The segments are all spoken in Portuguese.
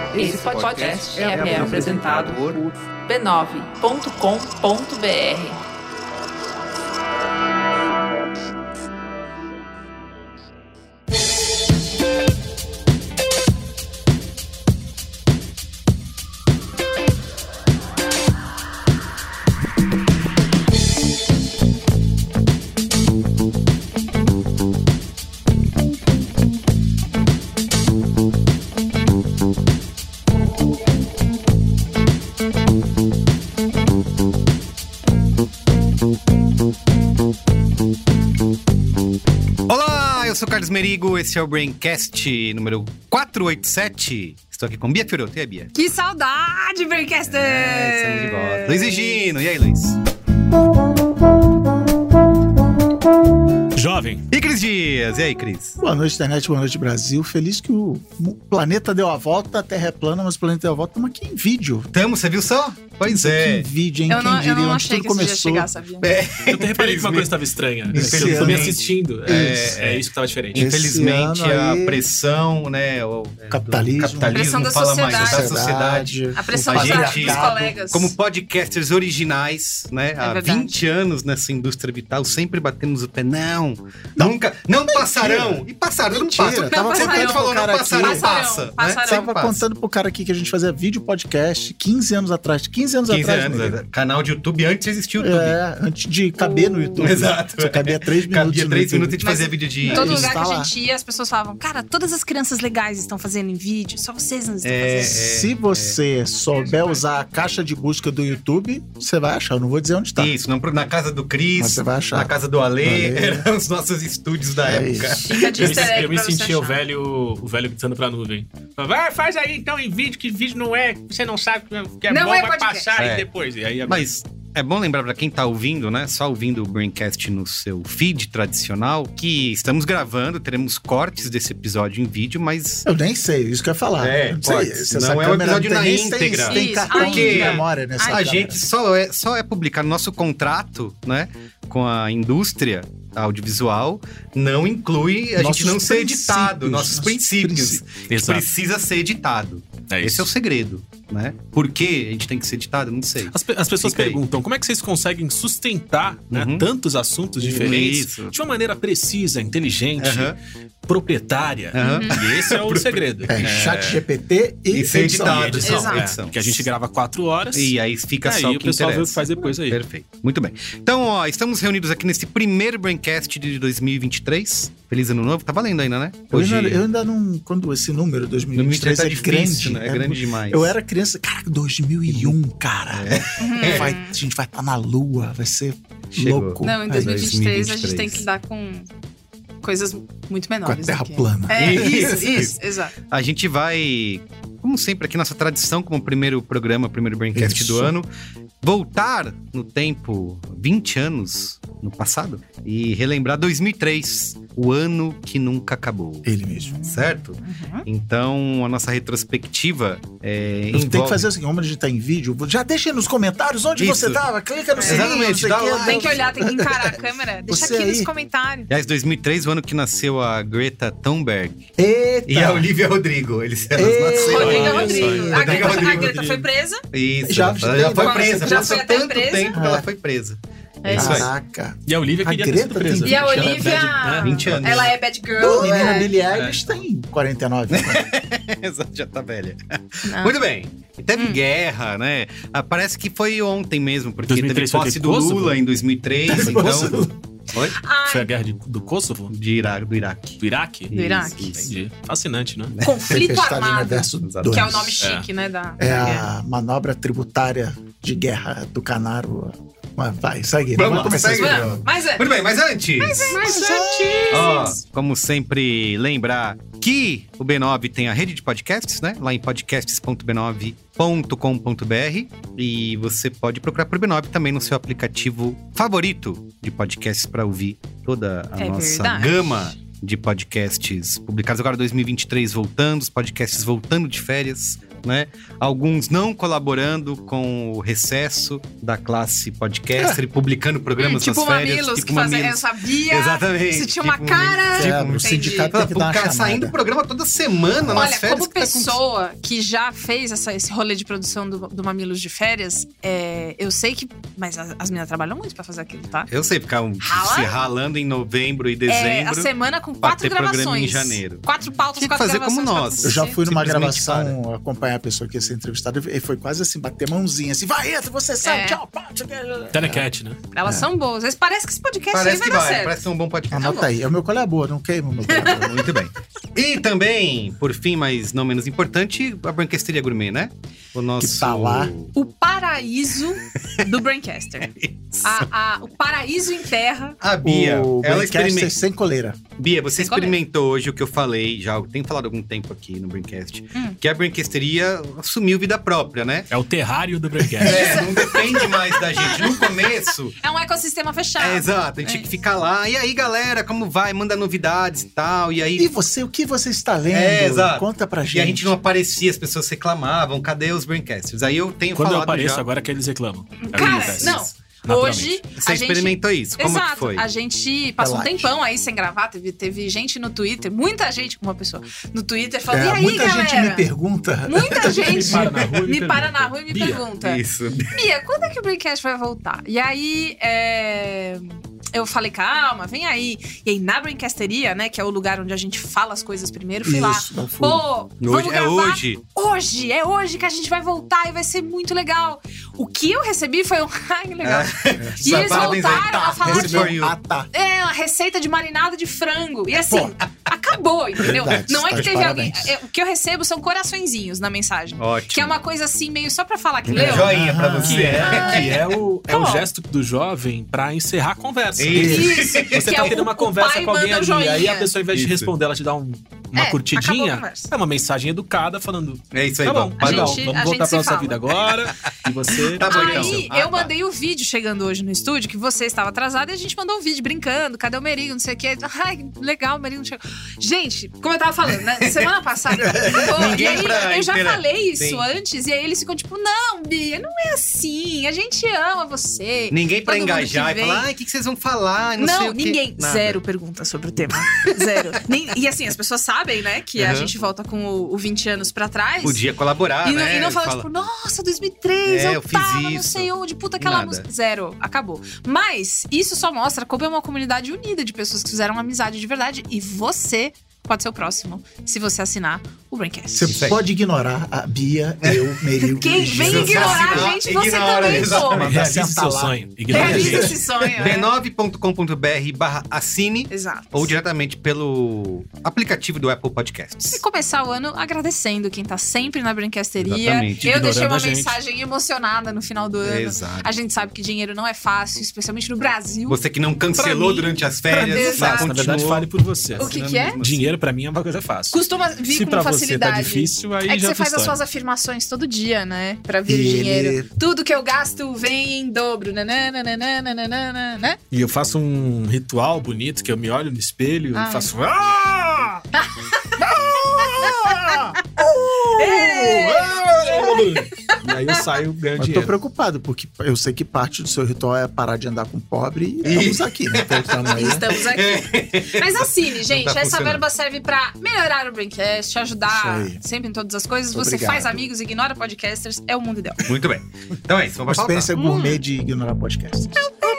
Esse podcast é apresentado por b9.com.br. Eu sou o Carlos Merigo, esse é o Braincast número 487. Estou aqui com Bia Fiorotto. E aí, Bia? Que saudade, Braincaster! Estamos de volta. Luiz e Gino. E aí, Luiz? Jovem. E Cris Dias. E aí, Cris? Boa noite, internet. Boa noite, Brasil. Feliz que o planeta deu a volta, a Terra é plana, mas o planeta deu a volta. Estamos aqui em vídeo. Você viu só? Pois é. Em vídeo, hein? Eu não onde achei tudo que começou. isso ia chegar, sabia? Eu te reparei que uma coisa estava estranha. Eu tô me assistindo. É isso que estava diferente. Infelizmente, a pressão, né? O capitalismo. A pressão da fala mais da sociedade. sociedade. A pressão A dos gente, colegas. como podcasters originais, né? Há verdade. 20 anos nessa indústria vital, sempre batemos o pé. Nunca, não passarão. E passaram, não passam. Mentira. Tava Sempre a gente falou, não passarão, passa. Né? Passarão. Sempre Tava passa. contando pro cara aqui que a gente fazia vídeo podcast 15 anos atrás. 15 anos atrás. Merigo. Canal de YouTube, antes existia o YouTube. Antes de caber no YouTube. Exato. Só cabia 3 minutos. Cabia 3 minutos e a gente Mas fazia vídeo de... Em todo Isso lugar tá que a lá. gente ia, as pessoas falavam: cara, todas as crianças legais estão fazendo em vídeo, só vocês não estão fazendo. Se você souber usar a caixa de busca do YouTube, você vai achar. Eu não vou dizer onde tá. Isso, não, na casa do Cris, Mas você vai achar. na casa do Alê, Do Alê. eram os nossos estúdios da É época. isso. Fica de easter egg Eu me pra você senti o achar. velho gritando pra nuvem. Vai, faz aí então em vídeo, que vídeo não é, você não sabe que é Não bom, é vai podcast. passar É. e depois. E aí, Mas é bom lembrar pra quem tá ouvindo, né? Só ouvindo o Braincast no seu feed tradicional, que estamos gravando, teremos cortes desse episódio em vídeo, mas... Eu nem sei, isso que eu ia falar. É, Eu não sei, pode. se essa Não é o câmera episódio não na tem nem- íntegra. Tem Isso, cartão porque de memória nessa A câmera. gente só é publicar no nosso contrato, né? Com a indústria audiovisual, não inclui a Nossos gente não ser editado. princípios, Nossos nossos princípios. Exato. Precisa ser editado. É Esse isso. é o segredo, né? Por que a gente tem que ser editado? Não sei. As pessoas Fica aí. perguntam como é que vocês conseguem sustentar né, Uhum. tantos assuntos diferentes Isso. de uma maneira precisa, inteligente, Aham. proprietária. Aham. E esse é o segredo. Chat GPT e ser edição. editado. edição, Exato. Edição. Que a gente grava 4 horas. E aí fica aí só o o que pessoal vê o interessa. que faz depois aí. Perfeito. Muito bem. Então, ó, estamos reunidos aqui nesse primeiro Braincast de 2023. Feliz ano novo. Tá valendo ainda, né? Eu ainda não... Quando esse número, 2023, tá é difícil, grande. né? É grande demais. Eu era criança... Cara, 2001, cara. A gente vai estar na lua. Vai ser Chegou. louco. Não, em Aí, 2023 a 2023. gente tem que lidar com coisas muito com a menores. terra do que- plana. É, Isso. isso, exato. A gente vai, como sempre, aqui nossa tradição, como primeiro programa, primeiro Braincast Isso. do ano, voltar no tempo 20 anos no passado e relembrar 2003, o ano que nunca acabou. Ele mesmo. Certo? Então, a nossa retrospectiva Eu tenho que fazer assim, como a gente tá em vídeo, já deixa aí nos comentários onde Isso. você tava, clica no sininho, Exatamente, não sei dá o quê. like. Tem que olhar, tem que encarar a câmera. Deixa Você aqui aí. nos comentários. Aliás, 2003, o ano que nasceu a Greta Thunberg Eita! e a Olivia Rodrigo. Eles nasceram. Rodrigo Olha Rodrigo. só. A Greta, Rodrigo. a Greta foi presa. Isso, Já já foi tem- presa. já Passou foi até tanto presa. tempo que ela foi presa. É isso aí. Caraca. E a Olivia A queria ter Greta sido presa. tem E a Ela é Olivia, bad, 20 anos. ela é bad A girl. menina é. Billie Eilish tem 49. Exato, já tá velha. Não. Muito bem. E teve guerra, né? Parece que foi ontem mesmo, porque 2003 teve foi posse que do Kosovo? Lula em 2003, então... Oi? Foi a guerra do Kosovo? Do Iraque. Do Iraque? Do Iraque. Isso. Entendi. Fascinante, né? Conflito Tempestade armado. Universo Exato. Que é o 2. nome chique, né? Da É guerra. a manobra tributária de guerra do Canaro. Mas vai, segue. Vamos lá, começar segue. assim. Vamos, mas é. Muito bem, mas antes... Mas Ó, como sempre, lembrar que o B9 tem a rede de podcasts, né? Lá em podcasts.b9.com.br e você pode procurar por B9 também no seu aplicativo favorito de podcasts para ouvir toda a É nossa verdade. gama de podcasts publicados agora em 2023, voltando, os podcasts voltando de férias, né? Alguns não colaborando com o recesso da classe podcaster e publicando programas tipo nas férias. Mamilos, que fazia, eu sabia. Exatamente. Você tinha uma tipo cara. o sindicato tem que dar uma chamada. Saindo programa toda semana nas Olha, férias. como pessoa que já fez esse rolê de produção do Mamilos de férias, eu sei que… Mas as meninas trabalham muito pra fazer aquilo, tá? Eu sei, ficar se ralando em novembro e dezembro. A semana com pra 4 ter programa gravações. em janeiro. 4 pautas, Tinha que 4 fazer gravações. como nós. Eu já fui numa Simplesmente gravação acompanhar a pessoa que ia ser entrevistada e foi quase assim, bater mãozinha assim, vai, entra, você sai, tchau, pá, tchau. Telecat, né? Elas são boas. Parece que esse podcast Parece aí que vai dar vai, certo. parece ser um bom podcast. Anota aí, é o meu colher boa, não queima o meu colher boa. Muito bem. E também, por fim, mas não menos importante, a Branquesteria Gourmet, né? O nosso… Que tá lá. O paraíso do Braincaster. O paraíso em terra. A Bia, O ela Braincaster experimentou… sem coleira. Bia, você Sem experimentou hoje o que eu falei, já tenho falado há algum tempo aqui no Braincast, que a Branquesteria assumiu vida própria, né? É o terrário do Braincast. Não depende mais da gente. No começo… É um ecossistema fechado. Exato, a gente tinha que ficar lá. E aí, galera, como vai? Manda novidades e tal. E aí… E você, o que você está lendo? Exato. Conta pra gente. E a gente não aparecia, as pessoas reclamavam. Cadê os Braincasters? Aí eu tenho Quando eu falado apareço já… agora que eles reclamam. Cara, não. Hoje, Você a gente… experimentou isso? Como Exato, que foi? a gente passou um Relaxa. tempão aí sem gravar, teve gente no Twitter, muita gente, uma pessoa, no Twitter falando, e aí, muita galera? gente me pergunta. Muita gente Me para na rua e me me pergunta. pergunta. Isso. Bia, quando é que o Braincast vai voltar? E aí, eu falei, calma, vem aí. E aí, na Braincasteria, né, que é o lugar onde a gente fala as coisas primeiro, fui lá. Isso, eu fui. Pô, vamos Hoje, gravar hoje. É hoje que a gente vai voltar e vai ser muito legal. O que eu recebi foi ai, que legal. E eles Parabéns aí. voltaram a falar good for de… you. Tá. a receita de marinada de frango. E assim, acabou, entendeu? Verdade, Não é tá que de teve alguém… parabéns. O que eu recebo são coraçõezinhos na mensagem. Ótimo. Que é uma coisa assim, meio só pra falar que leu. Joinha pra você. Que é o Pô. gesto do jovem pra encerrar a conversa. Isso. Você que tá é tendo o- uma o conversa pai com alguém manda ali, joinha. aí a pessoa, ao invés de Isso. responder, ela te dá uma acabou a curtidinha. conversa. É uma mensagem educada falando… É isso aí, Tá bom, bom. legal, gente- a vamos gente voltar se pra nossa fala. vida agora. E você… Tá bom, Aí então. eu mandei o vídeo chegando hoje no estúdio, que você estava atrasado, e a gente mandou um vídeo brincando, cadê o Merigo, não sei o quê. Ai, legal, o Merigo não chegou. Gente, como eu tava falando, né? Semana passada. Ninguém e aí, pra eu já interar. falei isso Sim. antes, e aí eles ficam tipo, não, Bia, não é assim. A gente ama você. Ninguém pra Todo mundo engajar que e vem. falar, ai, o que vocês vão falar? Não, sei Não, o quê. ninguém. Nada. Zero pergunta sobre o tema. Zero. E assim, as pessoas sabem, né, que a Uhum. gente volta com o 20 anos pra trás. Podia colaborar, E não, né? e não fala, Fala- tipo, nossa, 2003, É, eu eu fiz tava não isso. sei onde, puta aquela Nada. música. Zero, acabou. Mas isso só mostra como é uma comunidade unida de pessoas que fizeram amizade de verdade. E você pode ser o próximo, se você assinar o Braincast. Você Isso aí. pode ignorar a Bia, eu, Merigo Quem e vem Gil. você ignorar a assinar, gente, você ignora, também exatamente. pô. Realize Senta seu lá. sonho. Ignore a Realiza gente. esse sonho, é. b9.com.br/assine Exato. ou diretamente pelo aplicativo do Apple Podcasts. E começar o ano agradecendo quem tá sempre na Brincasteria. Exatamente. Eu deixei Ignorando uma a gente. mensagem emocionada no final do ano. Exato. A gente sabe que dinheiro não é fácil, especialmente no Brasil. Você que não cancelou mim- durante as pra férias, mim, já exato. Na verdade, continuou. fale por você. O que é? Dinheiro pra mim é uma coisa fácil. Costuma vir Se com pra você facilidade. tá difícil, aí É que já você é faz outra as suas história. afirmações todo dia, né? Pra vir E dinheiro. ele- Tudo que eu gasto vem em dobro. Nananana, né? E eu faço um ritual bonito, que eu me olho no espelho Ai. e faço… Ah! E aí eu saio, ganho Mas tô dinheiro. preocupado, porque eu sei que parte do seu ritual é parar de andar com pobre e estamos aqui, né? Então, estamos aí. Estamos aqui. Mas assine, gente. tá Essa funcionando. verba serve pra melhorar o Braincast, ajudar Isso aí. sempre em todas as coisas. Você Obrigado. faz amigos, ignora podcasters, é o mundo ideal. Muito bem. Então é isso, Uma vamos pra experiência gourmet de ignorar podcast.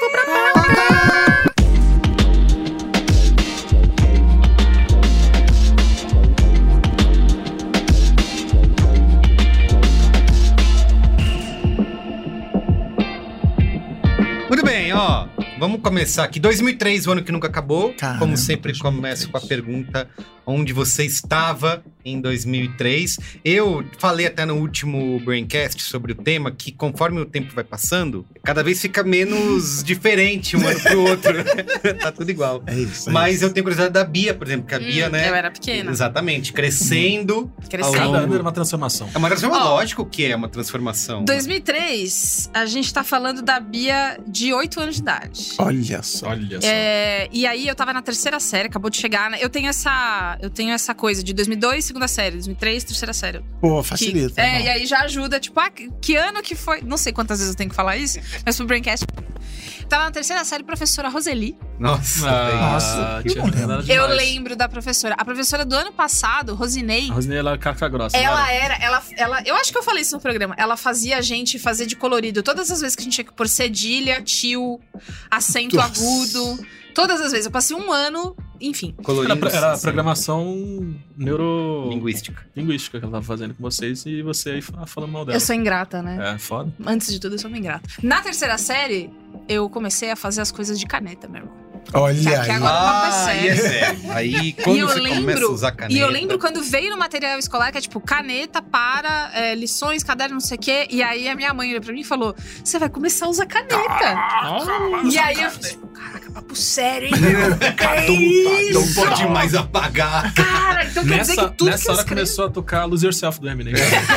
Muito bem, ó. Vamos começar aqui. 2003, o ano que nunca acabou. Caramba, Como sempre, 2003. começo com a pergunta: onde você estava em 2003? Eu falei até no último Braincast sobre o tema que, conforme o tempo vai passando, cada vez fica menos diferente um ano pro outro. Tá tudo igual. É isso. é Mas isso. eu tenho curiosidade da Bia, por exemplo, que a Bia, né? Eu era pequena. Exatamente, crescendo. Crescendo. ao Cada longo- ano era uma transformação. É uma transformação, Ó. lógico que é uma transformação. 2003, a gente tá falando da Bia de 8 anos de idade. Olha só. Olha só. E aí eu tava na terceira série, acabou de chegar, né? Eu tenho essa coisa de 2002 segunda série. 2003, terceira série. Pô, facilita. E aí já ajuda, tipo, que ano que foi? Não sei quantas vezes eu tenho que falar isso, mas pro Braincast. Tava na terceira série, professora Roseli. Nossa, Nossa, tinha eu não lembro. nada Eu demais. lembro da professora. A professora do ano passado, Rosinei. A Rosinei, ela é casca grossa. Eu acho que eu falei isso no programa. Ela fazia a gente fazer de colorido. Todas as vezes que a gente tinha que pôr cedilha, tio, acento Nossa. agudo. Todas as vezes. Eu passei um ano, enfim. colorido. Era programação Linguística. linguística que ela tava fazendo com vocês e você aí falando mal dela. Eu sou ingrata, né? É, foda. Antes de tudo, eu sou uma ingrata. Na terceira série, eu comecei a fazer as coisas de caneta, meu irmão. Olha Que aí. agora o papo é Aí é sério. sério. Aí quando eu você começa a usar caneta... E eu lembro quando veio no material escolar, que é tipo, caneta para lições, caderno, não sei o quê. E aí a minha mãe olhou pra mim e falou, você vai começar a usar caneta. E aí eu falei, caraca, papo sério, hein? Que Não isso? pode mais apagar. Cara, então quer dizer que tudo que Nessa eu hora escrevo... começou a tocar Lose Yourself do Eminem.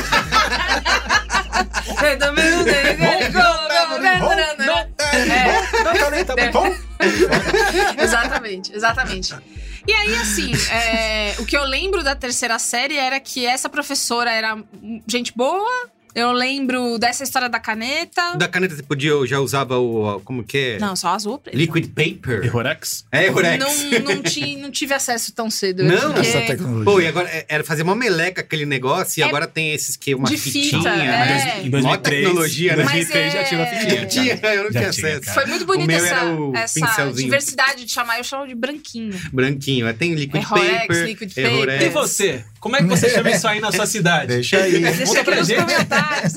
Exatamente. E aí, assim, o que eu lembro da terceira série era que essa professora era gente boa. Eu lembro dessa história da caneta. Da caneta você podia, já usava o... Como que é? Não, só azul ou preto. Liquid paper. Errorex? É, Rorex. Não tive acesso tão cedo. Não? porque- Essa tecnologia. Pô, e agora era fazer uma meleca aquele negócio e agora tem esses que uma de fita, fitinha, né? Em Mó 2003, tecnologia, né? Mas 2003 já tinha uma fitinha. Tinha, eu não Já tinha tinha, acesso. cara. Foi muito bonita O meu era o essa pincelzinho. diversidade de chamar. Eu chamo de branquinho. Branquinho. Tem liquid Errorex, paper. liquid Errorex. paper. E você? Como é que você chama isso aí na sua cidade? Deixa aí. Deixa Conta aqui pra nos gente. comentários.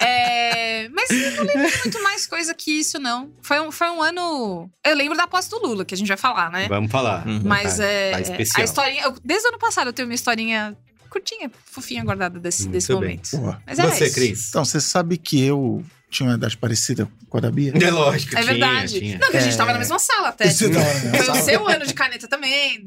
Mas eu não lembro muito mais coisa que isso, não. Foi um ano... Eu lembro da posse do Lula, que a gente vai falar, né? Vamos falar. Mas Tá especial. a historinha... Desde o ano passado eu tenho uma historinha curtinha, fofinha, guardada desse Muito bem. momento. Porra. Mas era Você, isso. Cris? Então, você sabe que eu tinha uma idade parecida com a da Bia? É lógico, É verdade. tinha. Não, que a gente tava na mesma sala até. Você tava na mesma Foi o sala? seu ano de caneta também.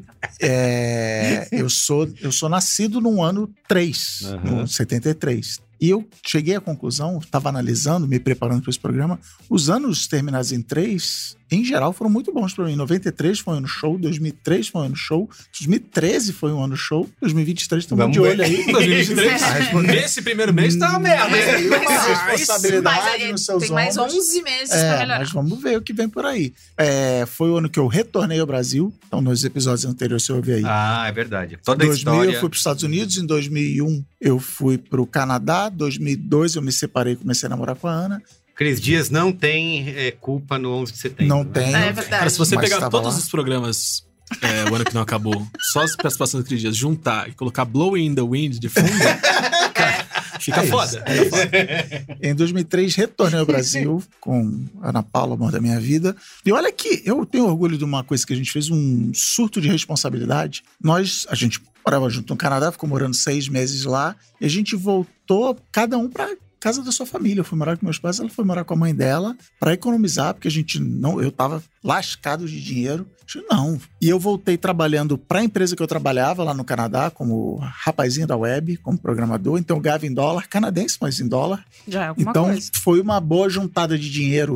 Eu sou nascido no ano 3, Aham. no 73. E eu cheguei à conclusão, estava analisando, me preparando para esse programa, os anos terminados em 3, em geral, foram muito bons para mim. 93 foi um ano show, 2003 foi um ano show, 2013 foi um ano show, 2023 estamos Vamos de ver. olho aí. 2023? A responder- Nesse primeiro mês tá uma merda. Mas- Mas- uma responsabilidade Mas nos seus tem mais ombros. 11 meses pra melhorar. Mas vamos ver o que vem por aí. Foi o ano que eu retornei ao Brasil. Então, nos episódios anteriores você ouve aí. Ah, é verdade. Toda Em a 2000 história. eu fui para os Estados Unidos, em 2001 eu fui para o Canadá, 2002 eu me separei e comecei a namorar com a Ana. Cris Dias não tem culpa no 11 de setembro. Não né? tem. É verdade. Cara, se você Mas pegar tava todos lá. os programas o ano que não acabou, só as participações daqueles dias, juntar e colocar Blowing in the Wind de fundo, cara, fica É isso. foda. Em 2003 retornei ao Brasil com a Ana Paula, amor da minha vida. E olha que eu tenho orgulho de uma coisa que a gente fez, um surto de responsabilidade. A gente morava junto no Canadá, ficou morando 6 meses lá, e a gente voltou cada um para casa da sua família. Eu fui morar com meus pais, ela foi morar com a mãe dela para economizar, porque eu tava lascado de dinheiro. Não. E eu voltei trabalhando para a empresa que eu trabalhava lá no Canadá, como rapazinho da web, como programador. Então eu ganhava em dólar, canadense, mas em dólar. Já é alguma Então coisa. foi uma boa juntada de dinheiro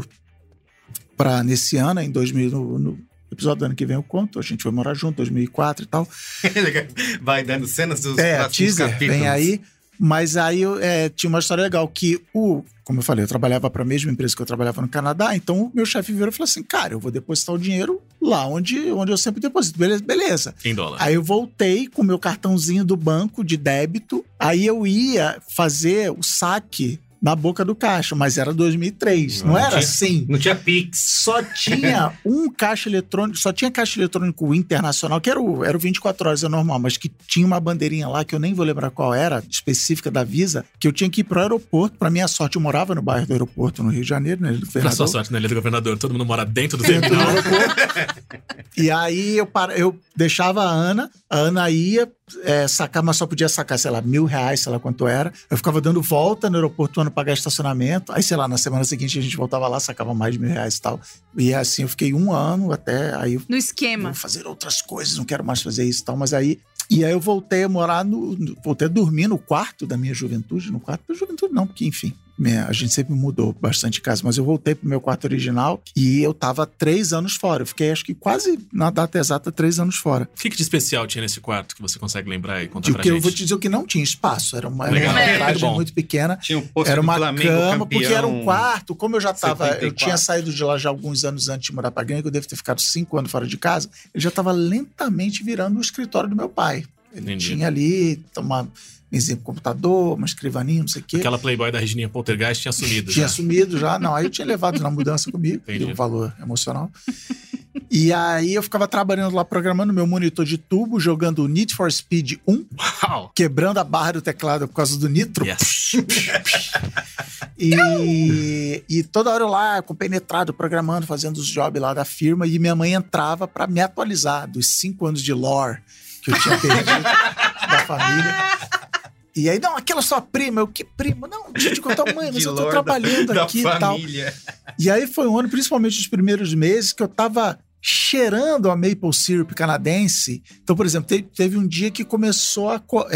para nesse ano, em 2000, no episódio do ano que vem eu conto. A gente foi morar junto, 2004 e tal. Vai dando cenas dos próximos Teaser, capítulos. vem aí. Mas aí tinha uma história legal que como eu falei, eu trabalhava para a mesma empresa que eu trabalhava no Canadá, então o meu chefe virou e falou assim, cara, eu vou depositar o dinheiro lá onde eu sempre deposito. Beleza. Em dólar. Aí eu voltei com o meu cartãozinho do banco de débito, aí eu ia fazer o saque na boca do caixa, mas era 2003, não era assim. Não tinha Pix. Só tinha um caixa eletrônico, só tinha caixa eletrônico internacional, que era o 24 horas, é normal, mas que tinha uma bandeirinha lá, que eu nem vou lembrar qual era, específica da Visa, que eu tinha que ir pro aeroporto. Pra minha sorte, eu morava no bairro do aeroporto, no Rio de Janeiro, né, do Pra Fernando. sua sorte, na Ilha do Governador, todo mundo mora dentro do Dentro do terminal. aeroporto. E aí eu deixava a Ana ia sacar, mas só podia sacar, sei lá, R$1.000, sei lá quanto era. Eu ficava dando volta no aeroporto, ano pagar estacionamento. Aí, sei lá, na semana seguinte a gente voltava lá, sacava mais de R$1.000 e tal. E assim, eu fiquei 1 ano até aí. No esquema. Vou fazer outras coisas, não quero mais fazer isso e tal, mas aí... E aí eu voltei a morar voltei a dormir no quarto da minha juventude, no quarto da juventude não, porque enfim, A gente sempre mudou bastante de casa, mas eu voltei pro meu quarto original e eu tava 3 anos fora. Eu fiquei, acho que quase na data exata, 3 anos fora. O que de especial tinha nesse quarto que você consegue lembrar e contar pra Porque gente? eu vou te dizer que não tinha espaço. Era uma Legal. metragem muito pequena. Tinha um pôster Era do uma Flamengo, cama, campeão, porque era um quarto. Como eu já tava... Eu 74. tinha saído de lá já alguns anos antes de morar pra Granha, que eu devo ter ficado 5 anos fora de casa. Ele já tava lentamente virando o escritório do meu pai. Ele Entendi. tinha ali uma mesinha pro computador, uma escrivaninha, não sei o quê. Aquela Playboy da Regininha Poltergeist tinha sumido. Tinha já. sumido já. Não, aí eu tinha levado na mudança comigo. Entendi. Deu um valor emocional. E aí eu ficava trabalhando lá, programando meu monitor de tubo, jogando Need for Speed 1, Uau! quebrando a barra do teclado por causa do nitro. Yes. E toda hora eu lá, compenetrado, programando, fazendo os jobs lá da firma. E minha mãe entrava pra me atualizar dos 5 anos de lore que eu tinha perdido da família. E aí, não, aquela sua prima. Eu, que prima? Não, deixa eu te contar, mãe, mas De eu tô lore trabalhando da aqui e tal. família. E aí foi um ano, principalmente os primeiros meses, que eu tava cheirando a maple syrup canadense. Então, por exemplo, teve um dia que começou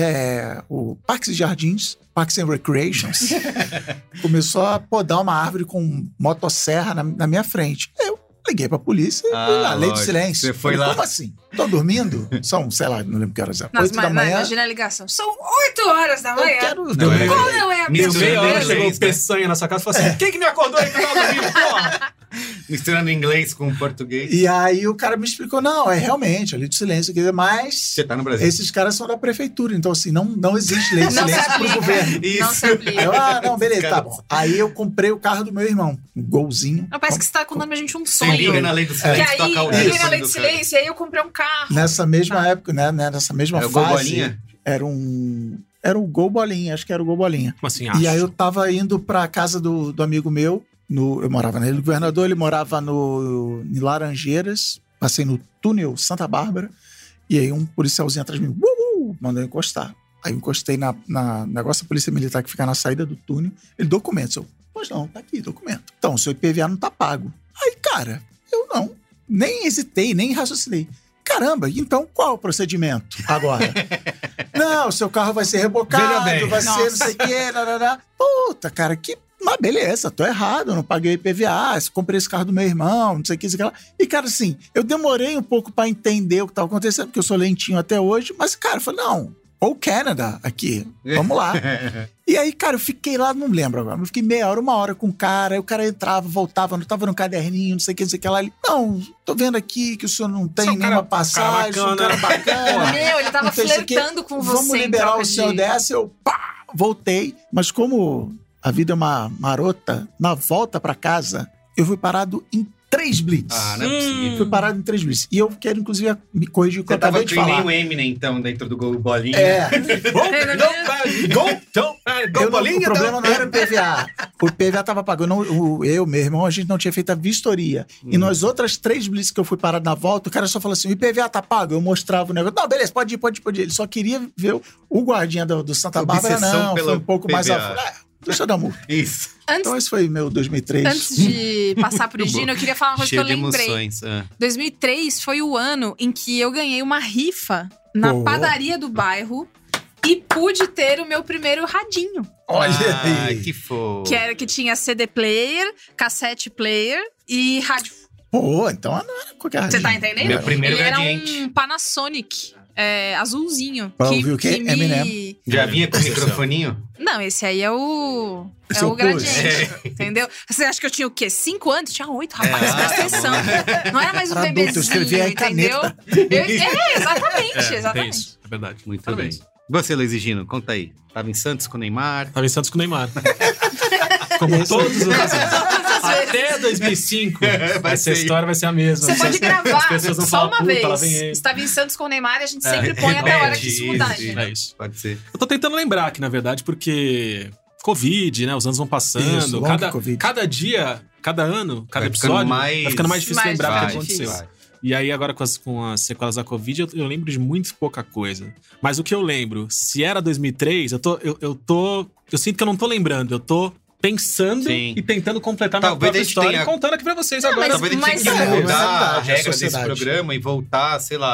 o Parques e Jardins, Parks and Recreations, começou a podar uma árvore com motosserra na minha frente. Eu liguei pra polícia e a lei do lógico. silêncio. Você foi Falei, lá. como assim? Tô dormindo? São, sei lá, não lembro que horas é. 8 da manhã. Imagina a ligação. São 8 horas da Eu manhã. quero Não, dormir. é- Qual não é a Deu Misturando meia hora, inglês, chegou o né? Peçanha na sua casa e falou assim: quem que me acordou aí que eu tava dormindo? Porra! Misturando inglês com português. E aí o cara me explicou, não, é realmente a lei do silêncio, quer dizer, mas Você tá no Brasil. esses caras são da prefeitura, então assim, não existe lei de Não se silêncio pro aplica. governo. Não se Aí aplica. eu, não, beleza, Cara, tá bom. Aí eu comprei o carro do meu irmão, um golzinho. Parece que você tá contando pra gente um Você sonho. liga na lei do Que silêncio, aí, toca o liguei na telefone lei do de cara. silêncio, e aí eu comprei um carro. Nessa mesma época, né, nessa mesma É o Gol fase, Bolinha? era o Gol Bolinha, acho que era o Gol Bolinha. Como assim, E aí eu tava indo pra casa do amigo meu, eu morava na Ilha do Governador, ele morava em Laranjeiras, passei no túnel Santa Bárbara, e aí um policialzinho atrás de mim, mandou eu encostar. Aí eu encostei na negócio da polícia militar que fica na saída do túnel, ele, documentos. Eu, pois não, tá aqui, documento. Então, o seu IPVA não tá pago. Aí, cara, eu não, nem hesitei, nem raciocinei. Caramba, então qual o procedimento agora? Não, o seu carro vai ser Veja rebocado, bem. vai ser não sei o quê, Puta, cara, mas beleza, tô errado, não paguei IPVA, comprei esse carro do meu irmão, não sei o que, sei lá. E, cara, assim, eu demorei um pouco pra entender o que tava acontecendo, porque eu sou lentinho até hoje, mas, cara, eu falei, não, ou Canada aqui, vamos lá. E aí, cara, eu fiquei lá, não lembro agora, mas eu fiquei meia hora, 1 hora com o cara, aí o cara entrava, voltava, não tava no caderninho, não sei o que lá. Ele, não, tô vendo aqui que o senhor não tem Sou um nenhuma cara passagem, sou um cara bacana. Meu, ele tava não tem isso aqui. flertando com você. Vamos em liberar troca o senhor de- dessa, eu voltei. Mas como a vida é uma marota, na volta pra casa, eu fui parado em 3 blitz. Ah, não é possível. Fui parado em 3 blitz. E eu quero, inclusive, me corrigir o que Você eu acabei tava de que nem falar. o Eminem, então, dentro do Gol Bolinha. O problema não era o PVA. O PVA tava pagando. Eu, meu irmão, a gente não tinha feito a vistoria. E nas outras 3 blitz que eu fui parado na volta, o cara só falou assim: o IPVA tá pago? Eu mostrava o negócio. Não, beleza, pode ir. Ele só queria ver o guardinha do Santa Bárbara, Obsessão não. pelo Foi um pouco mais PVA. deixa eu dar multa. Isso. Então esse foi meu 2003. Antes de passar pro Gino, eu queria falar uma coisa Cheio que eu de lembrei. emoções. Ah. 2003 foi o ano em que eu ganhei uma rifa na Oh. padaria do bairro e pude ter o meu primeiro radinho. Olha Ah, aí. que fofo. Que tinha CD player, cassete player e rádio. Pô, então não era qualquer Você tá radinho. entendendo? Meu primeiro Ele era gradiente. um Panasonic azulzinho. Pra ouvir o quê? Eminem. Já vinha com o microfoninho? Não, esse aí é o. Esse É é o o plus. gradiente. Entendeu? Você acha que eu tinha o quê? 5 anos? Tinha 8, rapaz. É, Presta atenção. Não era mais um Era adulto, eu bebezinho, escrevia em entendeu? caneta. Exatamente, Tem exatamente. isso, é verdade. Muito Parabéns. bem. Você, Luiz e Gino, conta aí. Tava em Santos com o Neymar. Tava em Santos com o Neymar. Como todos os anos. Todas as vezes. Até 2005. Vai Essa ser. história vai ser a mesma. Você pode gravar As pessoas não só falam, uma puta, lá vez. vem ele. Estava em Santos com o Neymar e a gente sempre põe até a hora que isso mudar, repete, gente. É isso. Pode ser. Eu tô tentando lembrar aqui, na verdade, porque Covid, né? Os anos vão passando. Isso, longo Covid. Cada dia, cada ano, cada Vai ficando episódio, mais- vai ficando mais difícil Mais lembrar o que difícil. aconteceu. E aí, agora com as sequelas da Covid, eu lembro de muito pouca coisa. Mas o que eu lembro, se era 2003, eu sinto que eu não tô lembrando. Eu tô pensando Sim. e tentando completar minha Talvez própria a gente história tenha- e contando aqui pra vocês Não, agora. mas- Talvez a gente tenha que é, mudar é a verdade, a regra desse sociedade. programa e voltar, sei lá,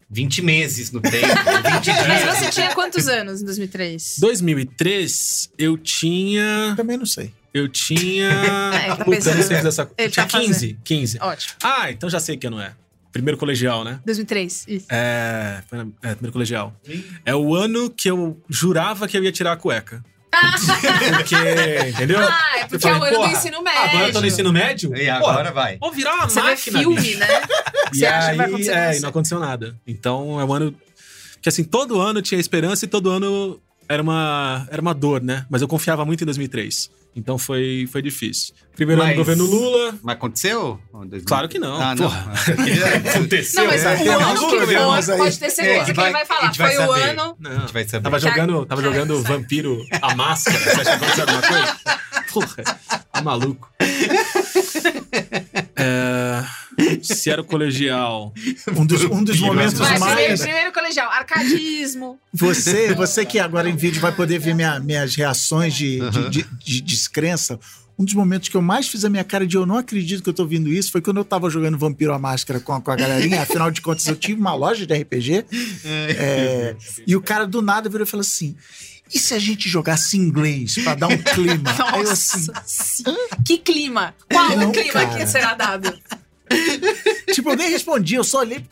20 meses no tempo, 20 dias. Mas você tinha quantos anos em 2003? 2003, eu tinha... Também não sei. Eu tinha... Tá Puta, pensando. não sei dessa... Ele Tinha tá 15. Ótimo. Ah, então já sei que ano é. Primeiro colegial, né? 2003, isso. Primeiro colegial. É o ano que eu jurava que eu ia tirar a cueca. Porque, entendeu? Ah, é porque Eu é o falei, ano do porra, ensino médio. Agora eu tô no ensino médio? E agora vai. Vou virar uma Você vê máquina, filme, bicho. né? E Você acha que vai aí, acontecer com e você. não aconteceu nada. Então, é um ano que, assim, todo ano tinha esperança e todo ano era uma dor, né? Mas eu confiava muito em 2003. Então, foi difícil. Primeiro ano do governo Lula. Mas aconteceu? Claro que não. Ah, não. Porra. Aconteceu. Não, mas É, o tem ano alguns que programas foi, aí. pode ter certeza que ele vai a falar. gente vai Foi o saber. ano... Não. A gente vai saber. Tava jogando Vampiro a Máscara. Você acha que aconteceu alguma coisa? Porra, tá maluco. Se era o colegial. Um dos momentos Vai, mais... primeiro colegial, arcadismo. Você que agora em vídeo vai poder ver minhas reações de descrença. Um dos momentos que eu mais fiz a minha cara de eu não acredito que eu tô vendo isso foi quando eu tava jogando Vampiro à Máscara com a galerinha. Afinal de contas, eu tive uma loja de RPG. E o cara do nada virou e falou assim: e se a gente jogasse em inglês pra dar um clima? Aí eu assim, Nossa, que clima? Qual Não, o clima cara. que será dado? tipo, eu nem respondi, eu só olhei.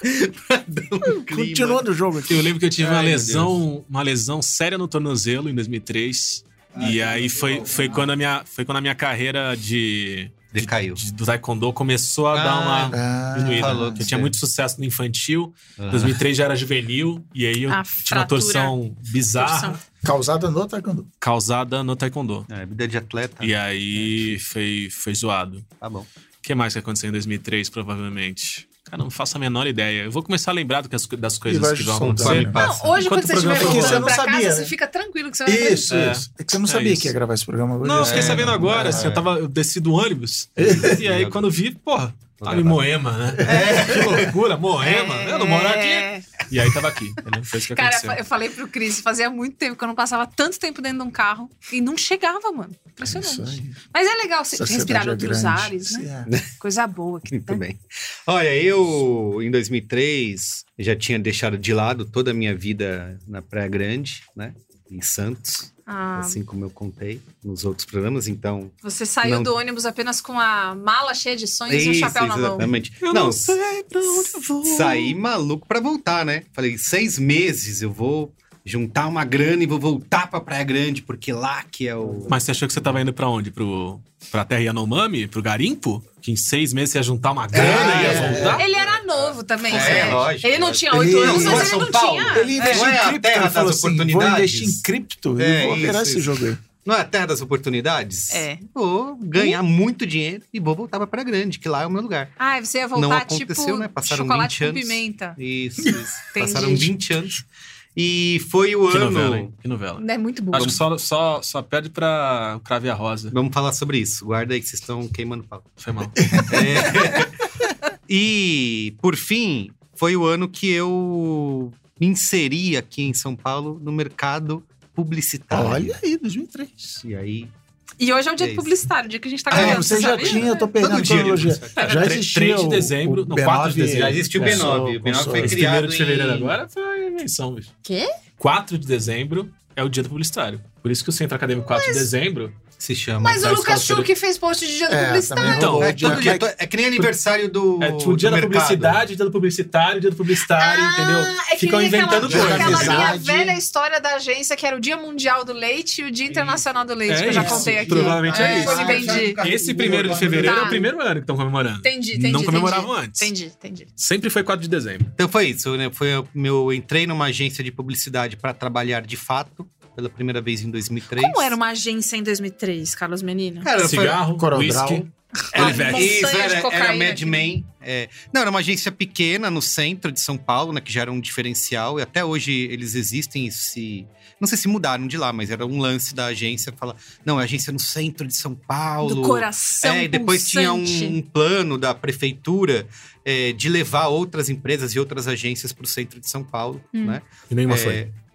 Continuando o jogo aqui. Eu lembro que eu tive Ai, meu uma lesão séria no tornozelo em 2003. E aí foi quando a minha carreira Decaiu. do taekwondo começou a dar uma diminuída. falou Eu que tinha você- muito sucesso no infantil. 2003 já era juvenil. E aí eu A tinha uma fratura. torção bizarra Torção. Causada no taekwondo. causada no taekwondo. Vida de atleta. E aí foi zoado. Tá bom. O que mais que aconteceu em 2003, provavelmente? Cara, não faço a menor ideia. Eu vou começar a lembrar das coisas vai que vão soltar. acontecer. Não, hoje, Enquanto quando você o programa estiver for rolando. voltando pra Você não casa, sabia, você né? fica tranquilo que você vai Isso. É que você não sabia isso. que ia gravar esse programa hoje. Não, eu fiquei É. sabendo agora, assim, eu desci do ônibus. E aí, quando vi, porra, tava em Moema, né? Que loucura, Moema. Eu não moro aqui. E aí tava aqui, entendeu? Foi isso que Cara, aconteceu. eu falei pro Cris, fazia muito tempo que eu não passava tanto tempo dentro de um carro e não chegava, mano. Isso Impressionante. aí. Mas é legal você Sociedade respirar é outros grande. ares, né? Coisa boa. Que Muito bem. Olha, eu, em 2003, já tinha deixado de lado toda a minha vida na Praia Grande, né? Em Santos, Ah, assim como eu contei nos outros programas, então... você saiu Não. do ônibus apenas com a mala cheia de sonhos e o Isso, chapéu na mão. exatamente. Eu não sei pra onde eu vou. Saí maluco pra voltar, né? Falei, 6 meses eu vou juntar uma grana e vou voltar pra Praia Grande, porque lá que é o... Mas você achou que você tava indo pra onde? Pra Terra Yanomami? Pro Garimpo? Que em 6 meses você ia juntar uma grana e ia voltar? Ele era novo também, É, né? lógico. Ele não tinha Ele 8 anos, não mas é ele São não Paulo. tinha. Ele investiu Não é em a cripto, terra ele falou das assim, vou oportunidades? investir em cripto É, e vou operar isso, esse isso. jogo aí. Não é a terra das oportunidades? É. Vou ganhar muito dinheiro e vou voltar pra Praia Grande, que lá é o meu lugar. Ah, você ia Não voltar aconteceu, tipo né? Passaram chocolate 20 com anos. pimenta. Isso. Entendi. Passaram 20 anos. E foi o Que ano... novela, hein? Que novela. É muito bom. Acho que só perde pra Crave a Rosa. Vamos falar sobre isso. Guarda aí que vocês estão queimando pau. Foi mal. E, por fim, foi o ano que eu me inseri aqui em São Paulo no mercado publicitário. Olha aí, 2003. E aí... E hoje é o dia É do isso. publicitário, o dia que a gente tá Ah, gravando. você já sabia? tinha, eu tô pegando a dia de cronologia. publicidade. Já 3 existia de dezembro, o não, 4 de dezembro. Já existiu o B9. O B9 foi Esse criado 1º de fevereiro em... agora foi a invenção, bicho. Quê? 4 de dezembro é o dia do publicitário. Por isso que o Centro Acadêmico 4 de dezembro... Se chama. Mas da o Lucas escola Schur que fez post de dia do É, publicitário. também Então, rolou É, o dia- todo dia, é que nem aniversário do É tipo o dia do da mercado. publicidade, dia do publicitário, dia do publicitário, entendeu? É que Ficam nem inventando coisa. aquela minha Amizade. velha história da agência, que era o Dia Mundial do Leite e o Dia Internacional do Leite, que eu já isso, contei aqui. provavelmente é isso. Eu entendi. Esse 1º de fevereiro é Tá. o primeiro ano que estão comemorando. Entendi. Não comemoravam antes. Entendi. Sempre foi 4 de dezembro. Então foi isso, né? Eu entrei numa agência de publicidade para trabalhar de fato, pela primeira vez em 2003. Como era uma agência em 2003, Carlos Menino? Cara, foi... Cigarro, Corodral. whisky, Era Olivetti. montanha Isso, de era cocaína Mad aqui. Men. Não, era uma agência pequena no centro de São Paulo, né? Que já era um diferencial. E até hoje eles existem. Não sei se mudaram de lá, mas era um lance da agência. Falar, não, é a agência no centro de São Paulo. Do coração E depois tinha pulsante. um plano da prefeitura de levar outras empresas e outras agências para o centro de São Paulo, né? E nenhuma foi.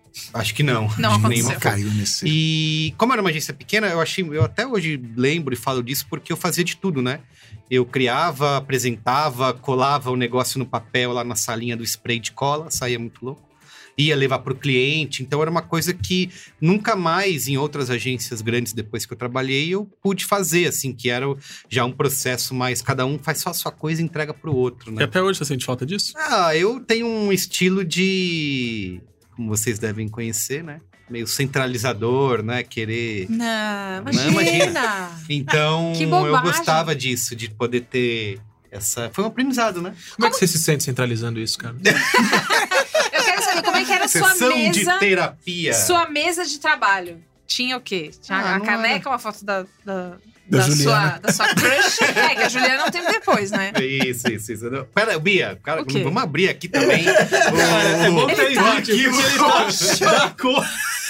Acho que não. Não Acho que aconteceu. nenhuma foi. Caiu nesse. E como era uma agência pequena, eu até hoje lembro e falo disso porque eu fazia de tudo, né? Eu criava, apresentava, colava o negócio no papel lá na salinha do spray de cola, saía muito louco. Ia levar pro cliente, então era uma coisa que nunca mais em outras agências grandes depois que eu trabalhei eu pude fazer, assim, que era já um processo mais, cada um faz só a sua coisa e entrega pro outro, E né? até hoje você sente falta disso? Eu tenho um estilo de, como vocês devem conhecer, né? Meio centralizador, né? Querer... Não, Não, imagina. Então, Que eu bobagem. gostava disso, de poder ter essa... Foi um aprendizado, né? Como é que você se sente centralizando isso, cara? Eu quero saber como é que era a sua Sessão mesa. de terapia. Sua mesa de trabalho. Tinha o quê? Tinha a não caneca, uma foto da Juliana. sua crush. É, que a Juliana não teve depois, né? Isso. Não, pera, Bia, cara, O quê? vamos abrir aqui também. É bom ter o arquivo. da cor.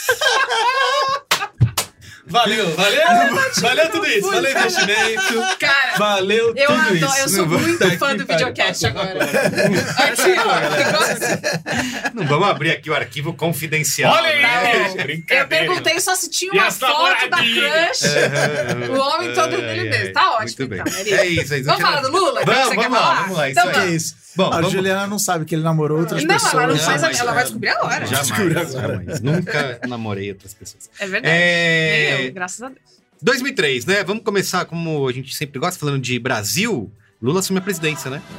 Valeu tudo isso. Valeu investimento. Cara, Valeu eu tudo adoro, isso. eu sou muito fã do videocast agora. Aqui, ó, igual- Não vamos abrir aqui o arquivo confidencial. Olha aí, né? Não. brincadeira. Eu perguntei só se tinha E uma as foto da namoradinhas? crush. O homem todo dele mesmo. Tá ótimo, Muito então. bem. É isso. Vamos falar do Lula? Que você quer falar? Vamos lá. Então Isso Que aí. é isso? Bom, A vamos- Juliana não sabe que ele namorou outras Não, pessoas. ela não Não, faz, mas- ela vai descobrir agora. Jamais. Nunca namorei outras pessoas. É verdade. Nem eu, graças a Deus. 2003, né? Vamos começar, como a gente sempre gosta, falando de Brasil. Lula assume a presidência, né?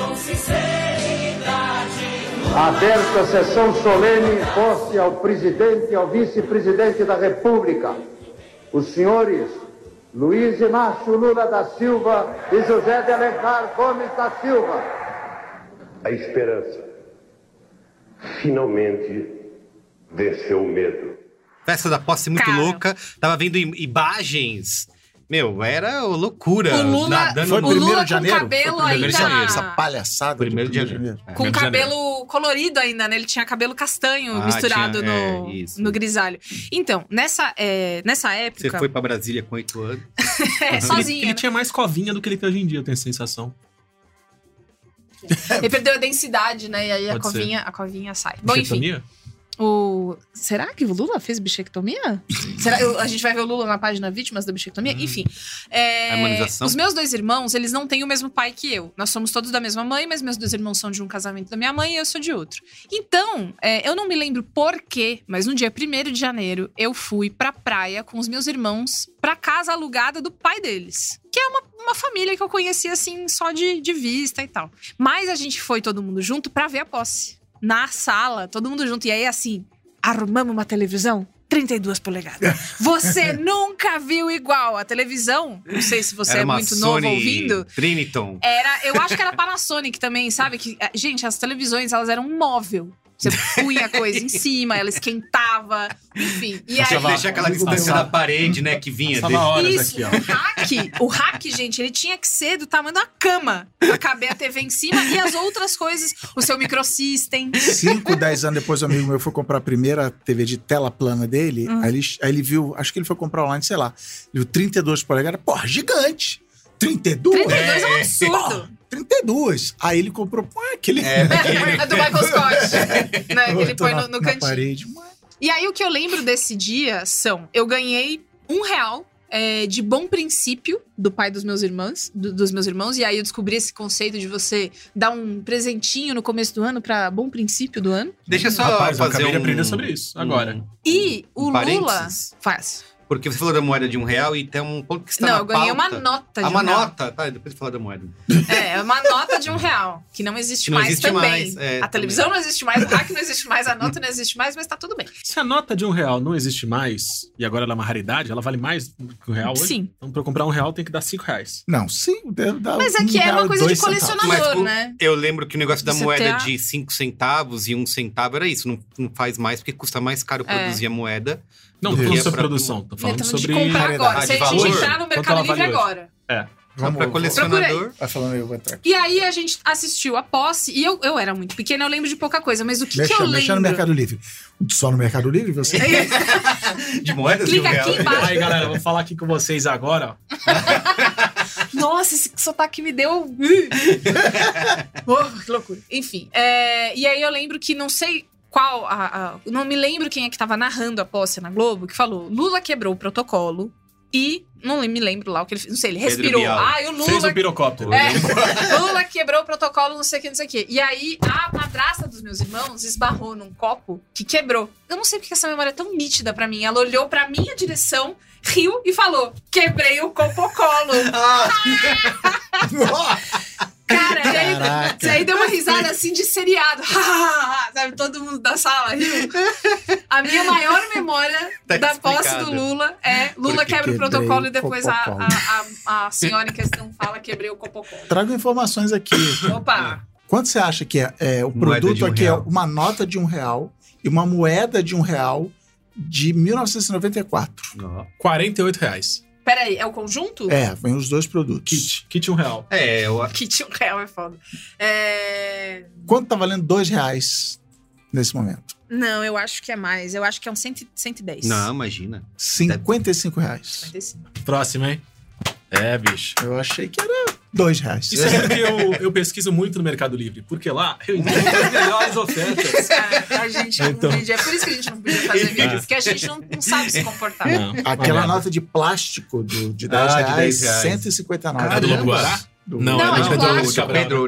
Aberta a sessão solene, posse ao presidente e ao vice-presidente da República, os senhores Luiz Inácio Lula da Silva e José de Alencar Gomes da Silva. A esperança finalmente venceu o medo. Festa da posse muito Cara. louca. Tava vendo imagens. Meu, era loucura. O Lula, nadando Foi o no... 1º Lula de janeiro? com cabelo Foi 1º de ainda... janeiro, Essa palhaçada. do 1º de janeiro. Com Primeiro de cabelo colorido ainda, né? Ele tinha cabelo castanho Ah, misturado tinha- no, isso. no grisalho. Então, nessa época... Você foi pra Brasília com 8 anos. sozinho, Ele né? tinha mais covinha do que ele tem hoje em dia, eu tenho a sensação. Ele perdeu a densidade, né? E aí a Pode ser. covinha sai. Bom, enfim. Bichectomia? Será que o Lula fez bichectomia? A gente vai ver o Lula na página Vítimas da Bichectomia? Enfim. Harmonização. Os meus 2 irmãos, eles não têm o mesmo pai que eu. Nós somos todos da mesma mãe, mas meus 2 irmãos são de um casamento da minha mãe e eu sou de outro. Então, eu não me lembro por quê, mas no dia 1º de janeiro, eu fui pra praia com os meus irmãos pra casa alugada do pai deles. Que é uma família que eu conhecia, assim, só de vista e tal. Mas a gente foi todo mundo junto pra ver a posse. Na sala, todo mundo junto. E aí, assim, arrumamos uma televisão 32 polegadas. Você nunca viu igual. A televisão, não sei se você Era é uma muito Sony novo ouvindo. Triniton. Eu acho que era Panasonic também, sabe? Que, gente, as televisões, elas eram um móvel. Você punha a coisa em cima, ela esquentava, enfim. E Tinha aí, que deixar aquela distância da parede, né? Que vinha Passava dele. horas isso, aqui, ó. o rack, gente, ele tinha que ser do tamanho da cama. Pra caber a TV em cima e as outras coisas. O seu microsystem. 5, 10 anos depois, um amigo meu foi comprar a primeira TV de tela plana dele. Aí ele viu, acho que ele foi comprar online, sei lá. Viu 32 polegadas. Porra, gigante! 32? 32 é um absurdo. Porra, 32. Aí ele comprou, pô, aquele... É do Michael Scott. Né, que ele põe no na cantinho. parede. E aí, o que eu lembro desse dia são... Eu ganhei R$1 de bom princípio do pai dos meus irmãos. Dos meus irmãos. E aí, eu descobri esse conceito de você dar um presentinho no começo do ano pra bom princípio do ano. Deixa eu só Rapaz, eu fazer acabei de um... aprender sobre isso agora. E o Lula... parênteses. Faz. Porque você falou da moeda de R$1 e tem um ponto que está Não, na eu ganhei pauta. uma nota de uma R$1. nota. Tá, depois você fala da moeda. Uma nota de R$1, que não existe Que não mais existe também. mais, A televisão não existe mais, o hack não existe mais, a nota não existe mais, mas tá tudo bem. Se a nota de R$1 não existe mais, e agora ela é uma raridade, ela vale mais do que R$1 hoje? Sim. Então, pra eu comprar R$1 tem que dar R$5. Não, sim. Dá Mas é que é uma coisa de R$1,02. colecionador, Mas né? eu lembro que o negócio da Você moeda ter a- de 5 centavos e 1 centavo era isso. Não faz mais, porque custa mais caro produzir a moeda. Não, do tô que falando é sobre pra- produção, tô falando Tentando sobre... de comprar raridade. agora. Se a de gente valor. entrar no Quanto Mercado ela Livre vale hoje? agora. É. Vamos, Pra vamos. colecionador. Vai falando aí, eu vou entrar. E aí a gente assistiu a posse, e eu era muito pequena, eu lembro de pouca coisa, mas o que eu Mexa no lembro... Mercado Livre. Só no Mercado Livre você? De moedas Clica de aqui R$1. embaixo. Aí, galera, eu vou falar aqui com vocês agora, ó. Nossa, esse sotaque me deu... Oh, que loucura. Enfim, e aí eu lembro que, não sei Não me lembro quem é que tava narrando a posse na Globo, que falou: Lula quebrou o protocolo e não me lembro lá o que ele fez. Não sei, ele respirou. O Lula. Fez um pirocóptero. Lula quebrou o protocolo, não sei o que. E aí, a madrasta dos meus irmãos esbarrou num copo que quebrou. Eu não sei porque essa memória é tão nítida pra mim. Ela olhou pra minha direção, riu e falou: quebrei o copocolo. Cara, e aí deu uma risada assim de seriado. Sabe, todo mundo da sala riu. A minha maior memória da posse do Lula é Lula quebra o protocolo e depois a senhora em questão fala: quebrei o copocolo. Trago informações aqui. Opa! Quanto você acha que é o produto aqui? É uma nota de R$1 e uma moeda de R$1 de 1994. R$48. Peraí, é o conjunto? Vem os dois produtos. Kit R$1. Kit R$1 é foda. Quanto tá valendo R$2 nesse momento? Não, eu acho que é mais. Eu acho que é uns 110. Não, imagina. R$55. 55. Próximo, hein? Bicho. Eu achei que era R$2. Isso é porque eu pesquiso muito no Mercado Livre. Porque lá eu encontro as melhores ofertas. A gente não podia. É por isso que a gente não podia fazer vídeo. Porque a gente não sabe se comportar. Aquela nota de plástico de R$10, R$159. É do Lobo Guará? Não, é de plástico. Pedro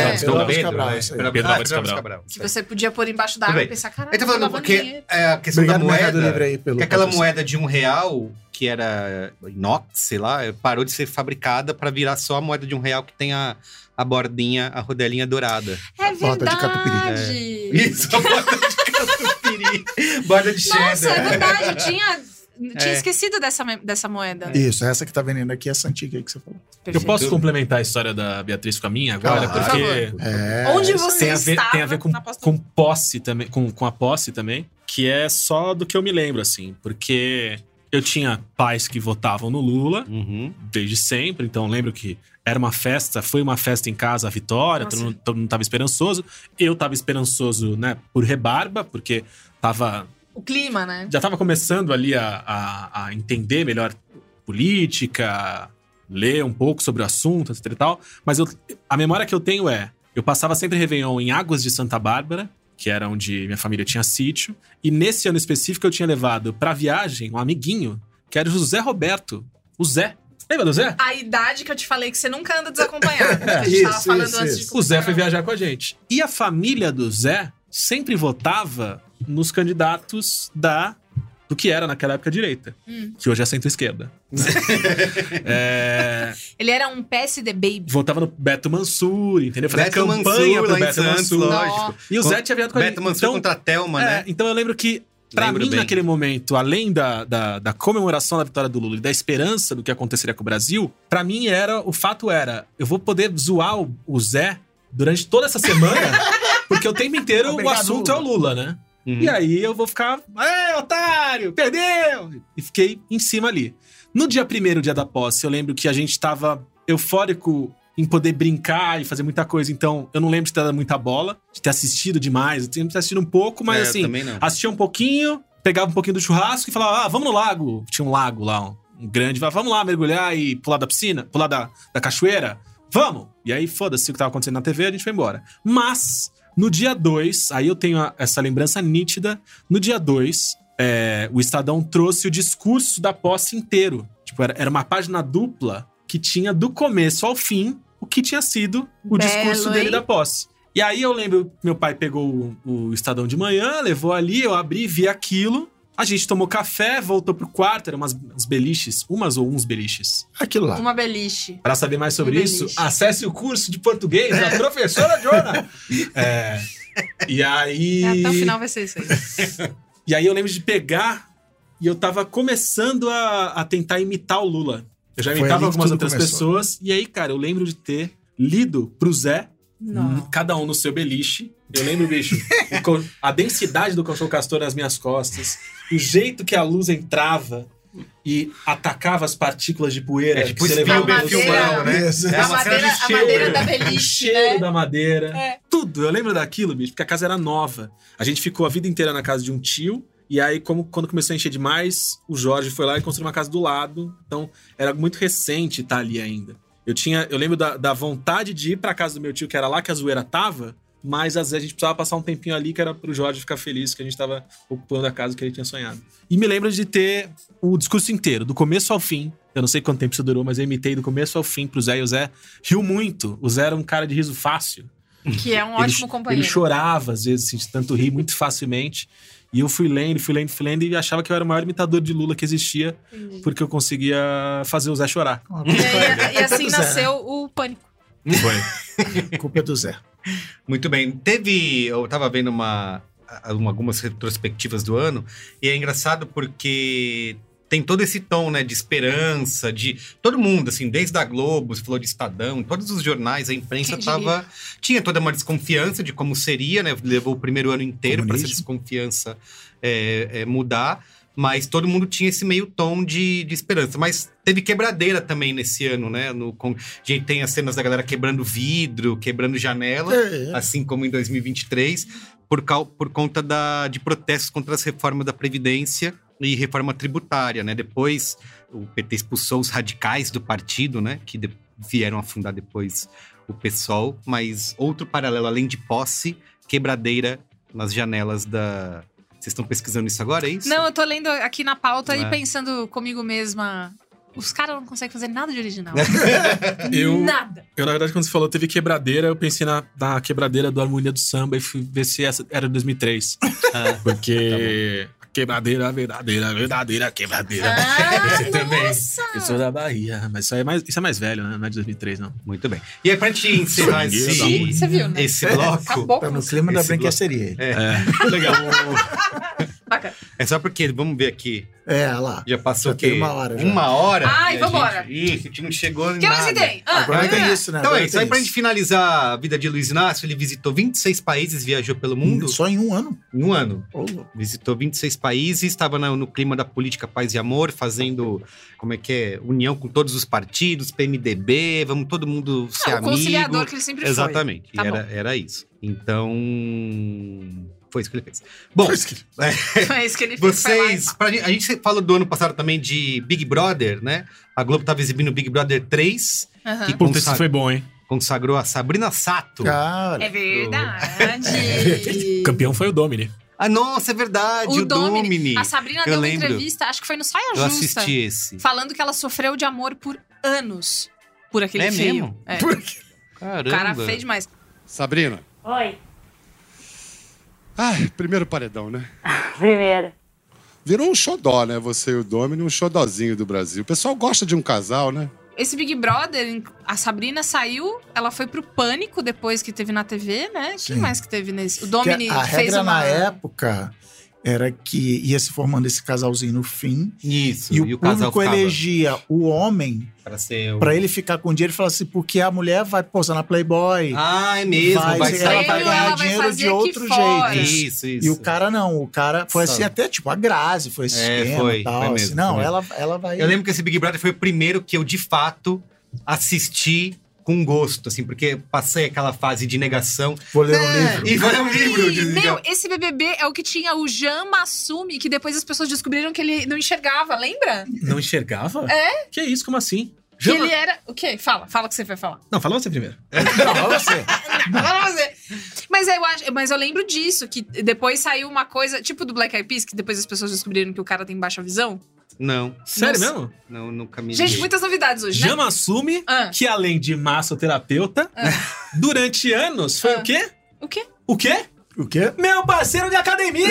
Álvares Cabral. Que você podia pôr embaixo da água e pensar: caralho, eu tô falando porque a questão da moeda, que aquela moeda de R$1, que era inox, sei lá, parou de ser fabricada pra virar só a moeda de R$1 que tem a bordinha, a rodelinha dourada. É verdade. De catupiry. Isso, a borda de catupiry. Borda de cheddar. Nossa, é verdade. Tinha esquecido dessa moeda. Isso, essa que tá vendendo aqui, essa antiga aí que você falou. Perfeito. Eu posso complementar a história da Beatriz com a minha agora? Porque onde você estava? Tem a ver com posse também, com a posse também, que é só do que eu me lembro, assim. Porque eu tinha pais que votavam no Lula, desde sempre. Então, eu lembro que foi uma festa em casa, a vitória, todo mundo tava esperançoso. Eu tava esperançoso, né, por rebarba, porque tava... O clima, né? Já tava começando ali a entender melhor política, ler um pouco sobre o assunto, etc e tal. Mas a memória que eu tenho eu passava sempre Réveillon em Águas de Santa Bárbara, que era onde minha família tinha sítio. E nesse ano específico eu tinha levado pra viagem um amiguinho, que era o José Roberto. O Zé. Lembra do Zé? A idade que eu te falei que você nunca anda desacompanhado. Que a gente tava falando antes de começar. O Zé foi viajar com a gente. E a família do Zé sempre votava nos candidatos do que era naquela época a direita. Que hoje é centro-esquerda. Ele era um PSD baby. Votava no Beto Mansur, entendeu? Fazia campanha pro Beto Mansur. Lógico. E o Zé tinha viado com a gente. Beto Mansur contra a Thelma, né? Então eu lembro que, pra mim, naquele momento, além da comemoração da vitória do Lula e da esperança do que aconteceria com o Brasil, pra mim o fato era, eu vou poder zoar o Zé durante toda essa semana, porque o tempo inteiro o assunto é o Lula, né? E aí eu vou ficar, otário, perdeu! E fiquei em cima ali. No dia 1º, dia da posse, eu lembro que a gente tava eufórico em poder brincar e fazer muita coisa. Então, eu não lembro de ter dado muita bola, de ter assistido demais. Eu tinha assistido um pouco, mas assim, assistia um pouquinho, pegava um pouquinho do churrasco e falava, vamos no lago. Tinha um lago lá, um grande. Vamos lá mergulhar e pular da piscina, pular da cachoeira. Vamos! E aí, foda-se o que tava acontecendo na TV, a gente foi embora. Mas... No dia 2, aí eu tenho essa lembrança nítida. No dia 2, o Estadão trouxe o discurso da posse inteiro. Tipo, era uma página dupla que tinha do começo ao fim o que tinha sido o discurso dele da posse. E aí eu lembro, meu pai pegou o Estadão de manhã, levou ali, eu abri, vi aquilo. A gente tomou café, voltou pro quarto, eram umas beliches, umas ou uns beliches. Aquilo lá. Uma beliche. Para saber mais sobre isso, acesse o curso de português da professora Jona. E aí... Até o final vai ser isso aí. E aí eu lembro de pegar e eu tava começando a tentar imitar o Lula. Eu já imitava algumas outras pessoas. E aí, cara, eu lembro de ter lido pro Zé, cada um no seu beliche. Eu lembro, bicho, a densidade do cachorro castor nas minhas costas, o jeito que a luz entrava e atacava as partículas de poeira. Tipo Spielberg filmando, né? A madeira da beliche, o cheiro da madeira. Tudo. Eu lembro daquilo, bicho, porque a casa era nova. A gente ficou a vida inteira na casa de um tio. E aí, quando começou a encher demais, o Jorge foi lá e construiu uma casa do lado. Então, era muito recente estar ali ainda. Eu lembro da vontade de ir pra casa do meu tio, que era lá que a zoeira tava, mas às vezes a gente precisava passar um tempinho ali que era pro Jorge ficar feliz que a gente tava ocupando a casa que ele tinha sonhado. E me lembro de ter o discurso inteiro, do começo ao fim. Eu não sei quanto tempo isso durou, mas eu imitei do começo ao fim pro Zé, e o Zé riu muito. O Zé era um cara de riso fácil. Que é um ótimo companheiro. Ele chorava, às vezes, assim, de tanto rir muito facilmente. E eu fui lendo e achava que eu era o maior imitador de Lula que existia, porque eu conseguia fazer o Zé chorar. E assim nasceu o Pânico. Foi. Culpa é do Zé. Muito bem. Eu tava vendo algumas retrospectivas do ano, e é engraçado porque tem todo esse tom, né, de esperança, de todo mundo, assim, desde a Globo, você falou de Estadão, todos os jornais, a imprensa tinha toda uma desconfiança de como seria, né, levou o primeiro ano inteiro para essa desconfiança mudar, mas todo mundo tinha esse meio tom de esperança. Mas teve quebradeira também nesse ano, né? A gente tem as cenas da galera quebrando vidro, quebrando janela, assim como em 2023, por conta de protestos contra as reformas da Previdência e reforma tributária, né? Depois, o PT expulsou os radicais do partido, né? Que vieram a fundar depois o PSOL. Mas outro paralelo, além de posse, quebradeira nas janelas da... Vocês estão pesquisando isso agora, é isso? Não, eu tô lendo aqui na pauta e pensando comigo mesma... Os caras não conseguem fazer nada de original. Nada. Eu, na verdade, quando você falou teve quebradeira, eu pensei na quebradeira do Harmonia do Samba e fui ver se essa era 2003. Porque... Tá quebradeira, a verdadeira quebradeira. Você também. Eu sou da Bahia. Mas isso é mais velho, né? Não é de 2003, não. Muito bem. aí, pra gente encerrar Você viu, né? esse bloco... Tá no clima da branqueceria. Legal. Bacana. É só porque, vamos ver aqui. Lá. Já passou Já tem uma hora. Já. Uma hora? Ai, vambora. A gente não chegou em Que nada. mais tem? Agora tem isso, né? Então Agora é isso. Aí pra gente finalizar a vida de Luiz Inácio, ele visitou 26 países, viajou pelo mundo. Só em um ano? Em um ano. Oh. Visitou 26 países, estava no clima da política paz e amor, fazendo, união com todos os partidos, PMDB, vamos todo mundo ser amigo. O conciliador que ele sempre foi. Exatamente. Tá Era isso. Então... Foi isso que ele fez. Bom, foi isso que ele fez. Vocês, a gente falou do ano passado também de Big Brother, né? A Globo estava exibindo Big Brother 3. Que puta, isso foi bom, hein? Consagrou a Sabrina Sato. Cara. É verdade. O campeão foi o Domini. Ah, nossa, é verdade, o Domini. A Sabrina deu uma entrevista, acho que foi no Saia Justa. Eu assisti esse. Falando que ela sofreu de amor por anos por aquele feio. É mesmo? Caramba. O cara feio demais. Sabrina. Oi. Primeiro paredão, né? Primeiro. Virou um xodó, né? Você e o Domini, um xodózinho do Brasil. O pessoal gosta de um casal, né? Esse Big Brother, a Sabrina saiu, ela foi pro Pânico depois que teve na TV, né? O que mais que teve nesse? O Domini a fez regra uma... na época era que ia se formando esse casalzinho no fim. Isso. E o público elegia o homem pra ele ficar com dinheiro e falar assim, porque a mulher vai posar na Playboy. Ah, é mesmo. Ela vai ganhar dinheiro de outro jeito. Isso. E o cara não. O cara foi assim até tipo a Grazi, foi esse esquema e tal. Foi mesmo, assim, não, foi ela vai... Eu lembro que esse Big Brother foi o primeiro que eu, de fato, assisti com gosto, assim, porque passei aquela fase de negação. Vou ler um livro. E vou ler um livro. Meu, esse BBB é o que tinha o Jean Massumi, que depois as pessoas descobriram que ele não enxergava, lembra? Não enxergava? É. Que isso? Como assim? Que ele era... O quê? Fala o que você vai falar. Não, fala você primeiro. Não, fala você. Fala você. Mas eu lembro disso, que depois saiu uma coisa, tipo do Black Eyed Peas, que depois as pessoas descobriram que o cara tem baixa visão. Não. Sério mesmo? Não, nunca me... Gente, muitas novidades hoje, né? Jean Massumi, que além de massoterapeuta, durante anos foi o quê? O quê? O quê? O quê? Meu parceiro de academia!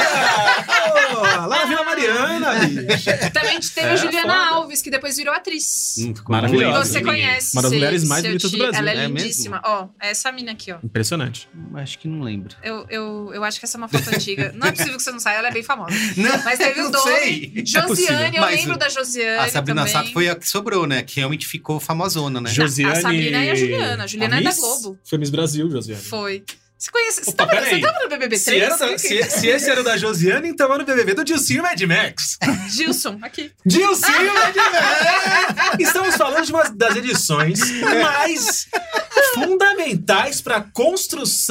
Lá na Vila Mariana, bicho. Também teve a Juliana Alves, que depois virou atriz. Maravilhosa. Você conhece. Uma das mulheres mais bonitas do Brasil. Ela é lindíssima. Ó, é essa mina aqui, ó. Impressionante. Acho que não lembro. Eu acho que essa é uma foto antiga. Não é possível que você não saiba, ela é bem famosa. Não, mas teve o Dome. Josiane, eu lembro da Josiane. A Sabrina também. Sato foi a que sobrou, né? Que realmente ficou famosona, né? Josiane... A Sabrina e a Juliana. A Juliana é da Globo. Foi Miss Brasil, Josiane. Foi. Você conhece? Você Opa, tava no BBB 3? Se esse era o da Josiane, então era no BBB do Dilcinho e Mad Max. Gilson, aqui. Dilcinho e Mad Max! Estamos falando de uma das edições mais fundamentais para a construção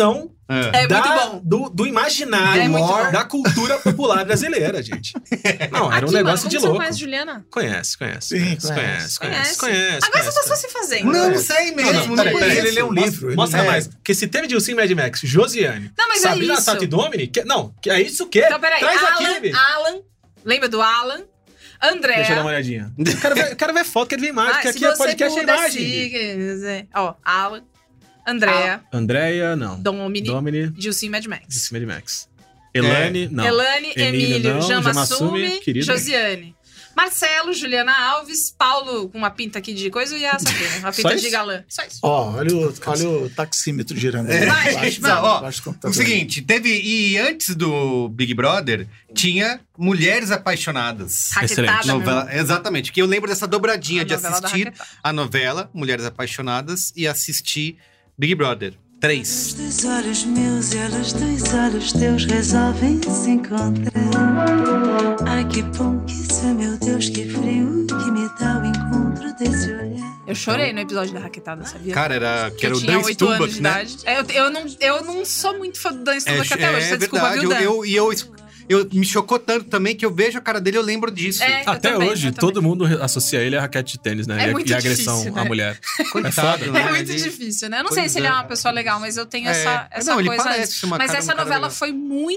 É muito bom. Do imaginário, É muito bom. da cultura popular brasileira, gente. Não, era um Aqui, negócio mano, de como você louco. conhece Juliana? Conhece. Sim, Conhece. Agora você tá só se fazendo. Não sei mesmo. Peraí, Ele lê um livro. Mostra ele- mais. Porque se teve Dilcinho Mad Max, Josiane, Não, mas Sabrina é isso. Sato e Domini, é isso o quê? Então, peraí. Traz aqui. Alan. Lembra do Alan? Andréa. Deixa eu dar uma olhadinha. Quero ver foto, quero ver imagem, porque se aqui é você podcast é muda imagem. assim, ó, Alan, Andréa, Andréia, não. Domini, Dilcinho Mad Max. Dilcinho Mad Max. Elane, não. Elane, Emílio, não. Jean Massume, Massume, querido. Josiane. Marcelo, Juliana Alves, Paulo com uma pinta aqui de coisa e a Sabrina, uma Só pinta isso? de galã. Só isso. Ó, olha o taxímetro girando. Vai, Embaixo gente, do- vamos. Ó, embaixo do o computador. seguinte, e antes do Big Brother, tinha Mulheres Apaixonadas. Raquetada, meu. Novela, exatamente, que eu lembro dessa dobradinha A de novela da assistir Raquetada. a novela Mulheres Apaixonadas e assistir Big Brother 3. Dois olhos meus e olhos dos olhos teus resolvem se encontrar. Ai, que bom que isso é, meu Deus, que frio que me dá o encontro desse olhar. Eu chorei no episódio da Raquetada, sabia? Cara, era que era eu o tinha Dan 8 anos Stubach, de né? idade. Eu não sou muito fã do Dan Stubach até hoje, você desculpa, verdade. viu, Dan? Eu me chocou tanto também que eu vejo a cara dele e eu lembro disso. É, eu Até também, hoje, eu todo também. mundo associa ele a raquete de tênis, né? É E a- muito e a agressão difícil, né? à mulher. Coitado, né? É muito Ele- difícil, né? Eu não Pois sei se ele é uma pessoa legal, mas eu tenho essa Não, ele coisa. parece uma Mas cara- essa um cara novela legal.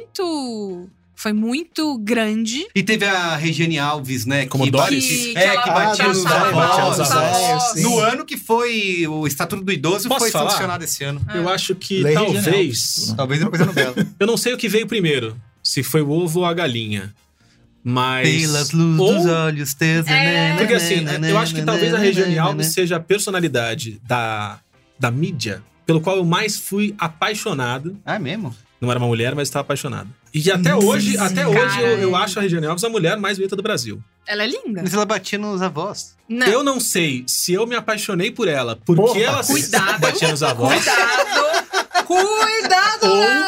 foi muito grande. E teve a Regiane Alves, né? Como que Doris? Que ela batia nos batia nos avós. avós. sim. No ano que foi o Estatuto do Idoso, Posso foi falar? sancionado esse ano. Eu acho que Lei talvez... Talvez depois da novela. Eu não sei o que veio primeiro. Se foi o ovo ou a galinha. Mas... Pelas luzes dos Ou- olhos teus. Porque assim, eu acho que talvez a Regiane Alves seja a personalidade da mídia pelo qual eu mais fui apaixonado. Ah, é mesmo? Não era uma mulher, mas estava apaixonado. E até hoje eu acho a Regiane Alves a mulher mais bonita do Brasil. Ela é linda. Mas ela batia nos avós. Não. Eu não sei se eu me apaixonei por ela porque Porra, ela cuidado. batia nos avós. Cuidado!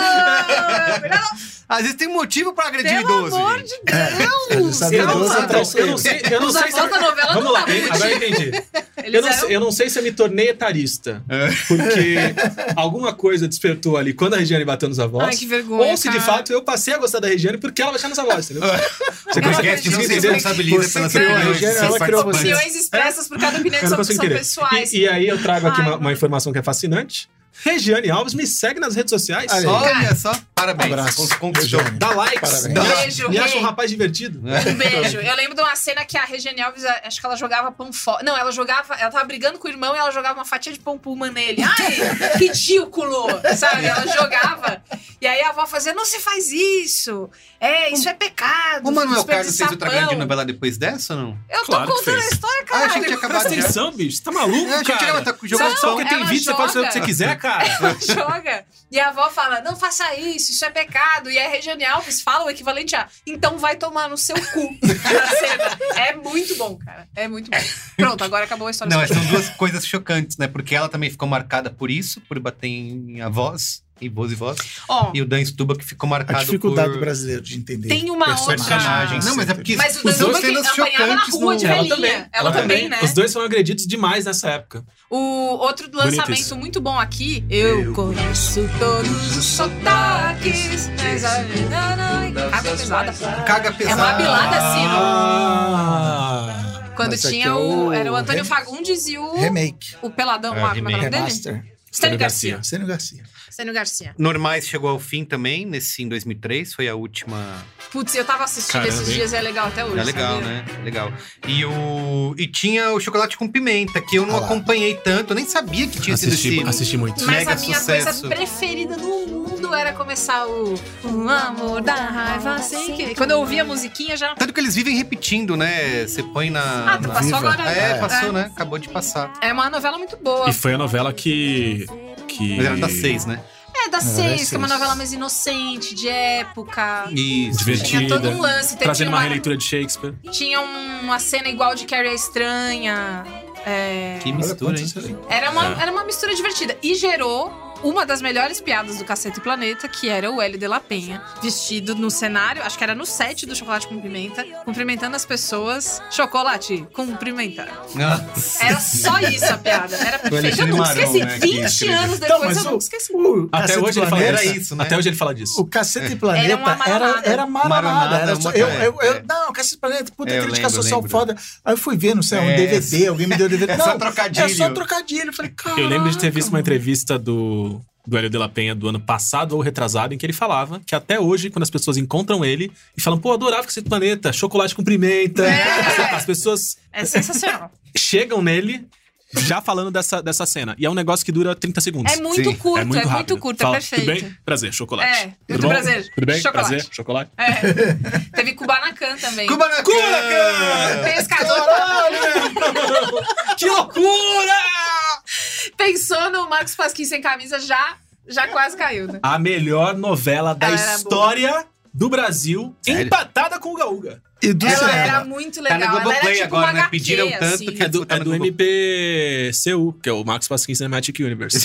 Às vezes tem motivo pra agredir Pelo idoso. amor gente. de Deus! Sabe, Eu não, idoso é eu não traiçoeiro. sei Os se... avós da novela Vamos não lá, davam agora eu motivo. entendi. Eles Eu não sei se eu me tornei etarista. Porque alguma coisa despertou ali quando a Regiane bateu nos avós. Ai, que vergonha, Ou se de cara. fato eu passei a gostar da Regiane porque ela batia nos avós, entendeu? Você Cara, esquece que não se você responsabiliza você pelas criou a opiniões Regiane, dos seus ela criou você. participantes. Opiniões expressas por cada opinião Eu não que consigo são entender. pessoais. E aí eu trago aqui Ai, uma informação que é fascinante. Regiane Alves me segue nas redes sociais. Olha aí. Olha só, parabéns. Abraço. Conquistou. Regiane. Dá likes. Parabéns. Beijo, Me acha rei. um rapaz divertido. Um beijo. Eu lembro de uma cena que a Regiane Alves, acho que ela jogava pão fora. Não, ela tava brigando com o irmão e ela jogava uma fatia de pão puma nele. Ai, ridículo! Sabe? Ela jogava. E aí a avó fazia, não se faz isso. Isso é pecado. O Manuel Carlos fez desperdiçar outra pão." grande novela depois dessa ou não? Eu Claro tô que contando a fez. história, Ah, cara. achei que tinha acabado Presta já. atenção, bicho. Você tá maluco, achei que cara? ela tá jogando Só pão. que tem Ela vídeo, você pode fazer o que você joga. quiser, cara. Ela joga. E a avó fala, não faça isso é pecado. E a Regiane Alves fala o equivalente a, então vai tomar no seu cu. Na cena. É muito bom, cara. É muito bom. Pronto, agora acabou a história. Não, são duas coisas chocantes, né? Porque ela também ficou marcada por isso, por bater em avós, em voz e voz. Ó, E o Dan Stubach ficou A marcado dificuldade por do brasileiro de entender. tem uma outra... personagens. Não, mas é porque Mas o os Dan dois Stubach cenas apanhava na chocantes rua de no... velhinha. Ela também, né? Os dois foram agredidos demais nessa época. O outro lançamento isso. muito bom aqui, eu conheço todos os sotaques. Caga pesada. Caga É pesado. uma bilada assim, Ah! Quando Mas aqui tinha é o Era o Antônio rem- Fagundes e o... Remake. O Peladão lá, como é o nome dele? Remaster. Stênio Garcia. Sênio Garcia. Stênio Garcia. Normais chegou ao fim também, em 2003, foi a última... Putz, eu tava assistindo Caramba, esses hein? dias e é legal até hoje, É legal, sabia? né? É legal. E tinha o Chocolate com Pimenta, que eu não Ah lá. acompanhei tanto, eu nem sabia que tinha sido esse... Assisti muito. Mas Mega a minha sucesso. coisa preferida no mundo era começar o amor da raiva sem querer. Quando eu ouvia a musiquinha já... Tanto que eles vivem repetindo, né? Você põe na... Ah, tu passou Viva. agora. Passou, né? Acabou de passar. É uma novela muito boa. E foi a novela que... Mas era das 6, né? É da Novela 6, que é uma seis. novela mais inocente, de época. Isso. Divertida. Tinha todo um lance. Trazendo Tinha uma releitura de Shakespeare. Tinha uma cena igual de Carrie a Estranha. Que Olha mistura, hein? quantos ali. Era uma mistura divertida. E gerou uma das melhores piadas do Cacete Planeta, que era o Hélio de la Penha, vestido no cenário, acho que era no set do Chocolate com Pimenta, cumprimentando as pessoas. Chocolate, cumprimenta. Nossa. Era só isso a piada. Era perfeito. Eu nunca esqueci. Né, 20 anos depois eu nunca esqueci. Até hoje ele fala era disso. isso, né? Até hoje ele fala disso. O Cacete Planeta era maronada. Não, o Cacete Planeta, puta crítica social foda. Aí eu fui ver, não sei, um DVD, alguém me deu DVD. É só trocadilho. É só trocadilho. Eu falei, cara. Eu lembro de ter visto uma entrevista do Hélio de la Penha do ano passado ou retrasado, em que ele falava que até hoje, quando as pessoas encontram ele e falam, pô, adorava Cacete Planeta, chocolate com pimenta. As pessoas... É sensacional. Chegam nele já falando dessa cena. E é um negócio que dura 30 segundos. É muito curto, é muito rápido. Fala, perfeito. Tudo bem? Prazer, chocolate. É, tudo bom? Prazer. Tudo bem? Chocolate. Prazer, chocolate. É. Teve Kubanacan também. Kubanacan! Pescador. Que loucura! Pensou no Marcos Pasquim sem camisa, já quase caiu, né? A melhor novela da história do Brasil, empatada com o Uga Uga. Ela era muito legal. Tá no Globoplay tipo agora, né? HQ, Pediram tanto assim. que É do MPCU, que é o Marcos Pasquim Cinematic Universe.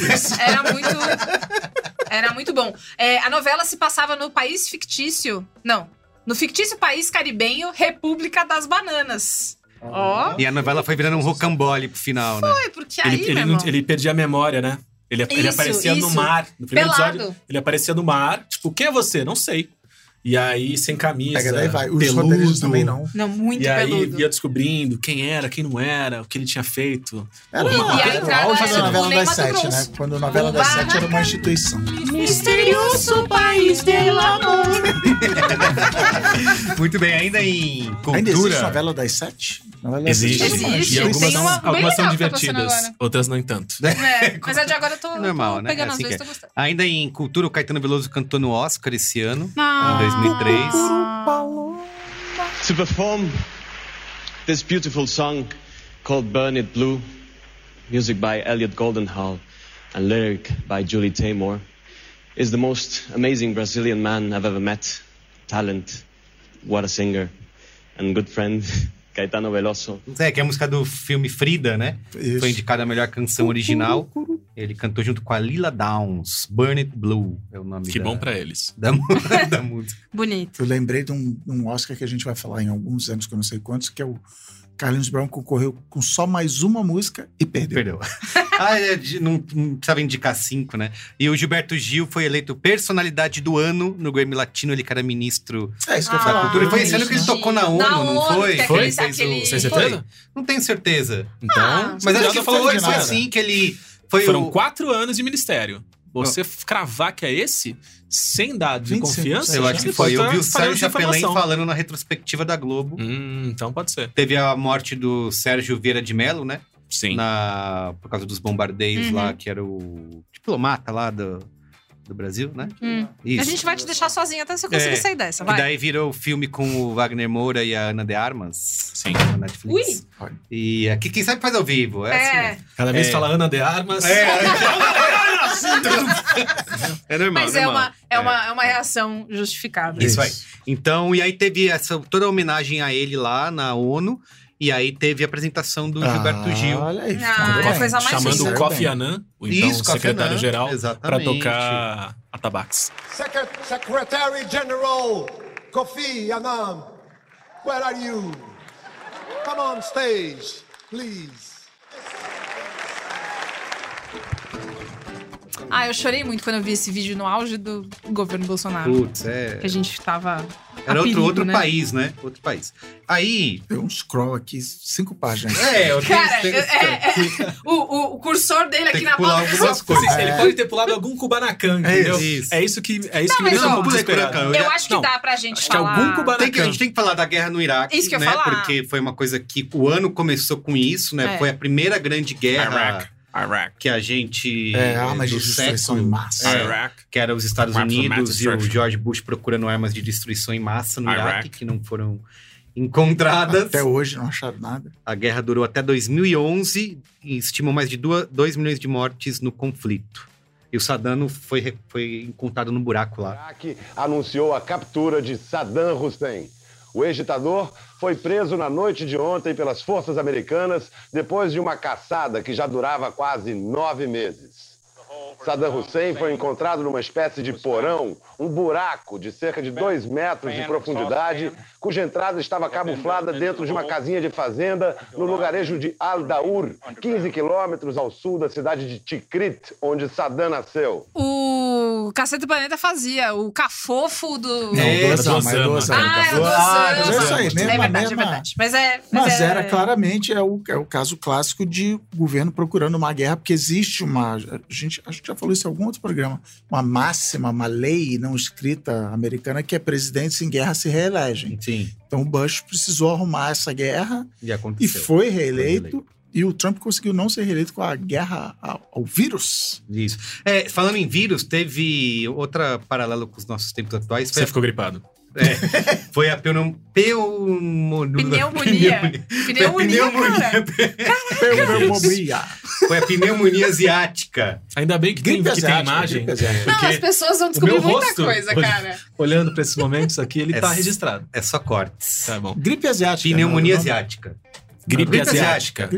Era muito bom. A novela se passava no país fictício. Não. No fictício país caribenho, República das Bananas. Ó. E a novela foi virando um rocambole pro final, né? Foi, porque aí, meu irmão... Ele perdia a memória, né? Ele aparecia no mar. No primeiro episódio, ele aparecia no mar. Tipo, quem é você? Não sei. E aí, sem camisa, daí vai. Os peludo. roteiristas também não. Não, muito e aí, peludo. ia descobrindo quem era, quem não era, o que ele tinha feito. Era o auge da novela das 7, né? Quando a novela das 7 era uma instituição. Misterioso país del amor. Muito bem, ainda em cultura... Ainda existe novela das 7? Existe. E algumas são legal divertidas, outras não tanto. Mas a de agora eu tô normal, né? pegando Assim às vezes, que tô gostando. Ainda em cultura, o Caetano Veloso cantou no Oscar esse ano, em 2003. To perform this beautiful song called Burn It Blue, music by Elliot Goldenhall and lyric by Julie Taymor, is the most amazing Brazilian man I've ever met. Talent, what a singer, and good friend, Caetano Veloso. Que é a música do filme Frida, né? Isso. Foi indicada a melhor canção original. Ele cantou junto com a Lila Downs. Burn It Blue é o nome Que bom pra eles. da música. Bonito. Eu lembrei de um Oscar que a gente vai falar em alguns anos, que eu não sei quantos, que é o Carlinhos Brown concorreu com só mais uma música e perdeu. Não precisava indicar 5, né? E o Gilberto Gil foi eleito personalidade do ano no Grammy Latino. Ele que era ministro É isso que eu da falo. cultura. E foi esse ano que ele tocou na ONU, não foi? Foi? Fez Aquele... Sem certeza? Não tenho certeza. Então, Mas acho que foi nada. assim que ele... Foi foram 4 anos de ministério. Você cravar que é esse, sem dar de 25%. confiança? Eu acho que foi. Eu vi o Sérgio Chapelain informação. falando na retrospectiva da Globo. Então pode ser. Teve a morte do Sérgio Vieira de Mello, né? Sim. Por causa dos bombardeios lá, que era o diplomata lá do Brasil, né? Isso. A gente vai te deixar sozinha até você conseguir sair dessa, E vai. daí virou o filme com o Wagner Moura e a Ana de Armas. Sim. Na Netflix. E aqui, quem sabe faz ao vivo. É assim mesmo. Cada vez fala Ana de Armas. É normal, Mas normal. é uma reação justificada. Isso aí. Então, e aí teve toda a homenagem a ele lá na ONU. E aí teve a apresentação do Gilberto Gil. Olha aí. Coisa mais chamando linda. o Kofi Annan, o então Isso, Kofi secretário-geral, Annan, para exatamente. tocar Atabaques. Secretary General Kofi Annan, where are you? Come on stage, please. Eu chorei muito quando eu vi esse vídeo no auge do governo Bolsonaro. Putz, Que a gente tava... Era outro né? país, né? Outro país. Aí... Deu um scroll aqui, 5 páginas. O cursor dele aqui que na pular pauta. algumas coisas. Ele pode ter pulado algum Kubanacan, entendeu? Isso. É isso que me mas deixa um ó, pouco desesperado. Eu acho que dá pra gente acho que falar... algum Kubanacan. A gente tem que falar da guerra no Iraque, Isso que eu né? ia falar. Porque foi uma coisa que o ano começou com isso, né? Foi a primeira grande guerra Iraq. que a gente... Armas de do destruição século, em massa. Iraq. Que era os Estados Weapons of Unidos mass e o destruction. George Bush procurando armas de destruição em massa no Iraq. Iraque, que não foram encontradas. Até hoje não acharam nada. A guerra durou até 2011 e estimam mais de 2 milhões de mortes no conflito. E o Saddam foi encontrado no buraco lá. O Iraque anunciou a captura de Saddam Hussein. O ex-ditador foi preso na noite de ontem pelas forças americanas depois de uma caçada que já durava quase 9 meses. Saddam Hussein foi encontrado numa espécie de porão, um buraco de cerca de 2 metros de profundidade, cuja entrada estava camuflada dentro de uma casinha de fazenda no lugarejo de Al-Daur, 15 quilômetros ao sul da cidade de Tikrit, onde Saddam nasceu. O Cacete do Planeta fazia o cafofo do... Mas era claramente o caso clássico de governo procurando uma guerra, porque existe a gente já falou isso em algum outro programa, uma máxima, uma lei não escrita americana que é presidentes em guerra se reelegem. Sim. Então o Bush precisou arrumar essa guerra e foi reeleito. E o Trump conseguiu não ser reeleito com a guerra ao vírus. Isso. Falando em vírus, teve outra paralelo com os nossos tempos atuais. Você ficou gripado. Foi a pneumonia. Foi a pneumonia asiática. Ainda bem que tem imagem. Não, as pessoas vão descobrir muita coisa, cara. Olhando pra esses momentos aqui, ele tá registrado. É só cortes. Tá bom. Gripe asiática. Pneumonia asiática. Gripe asiática.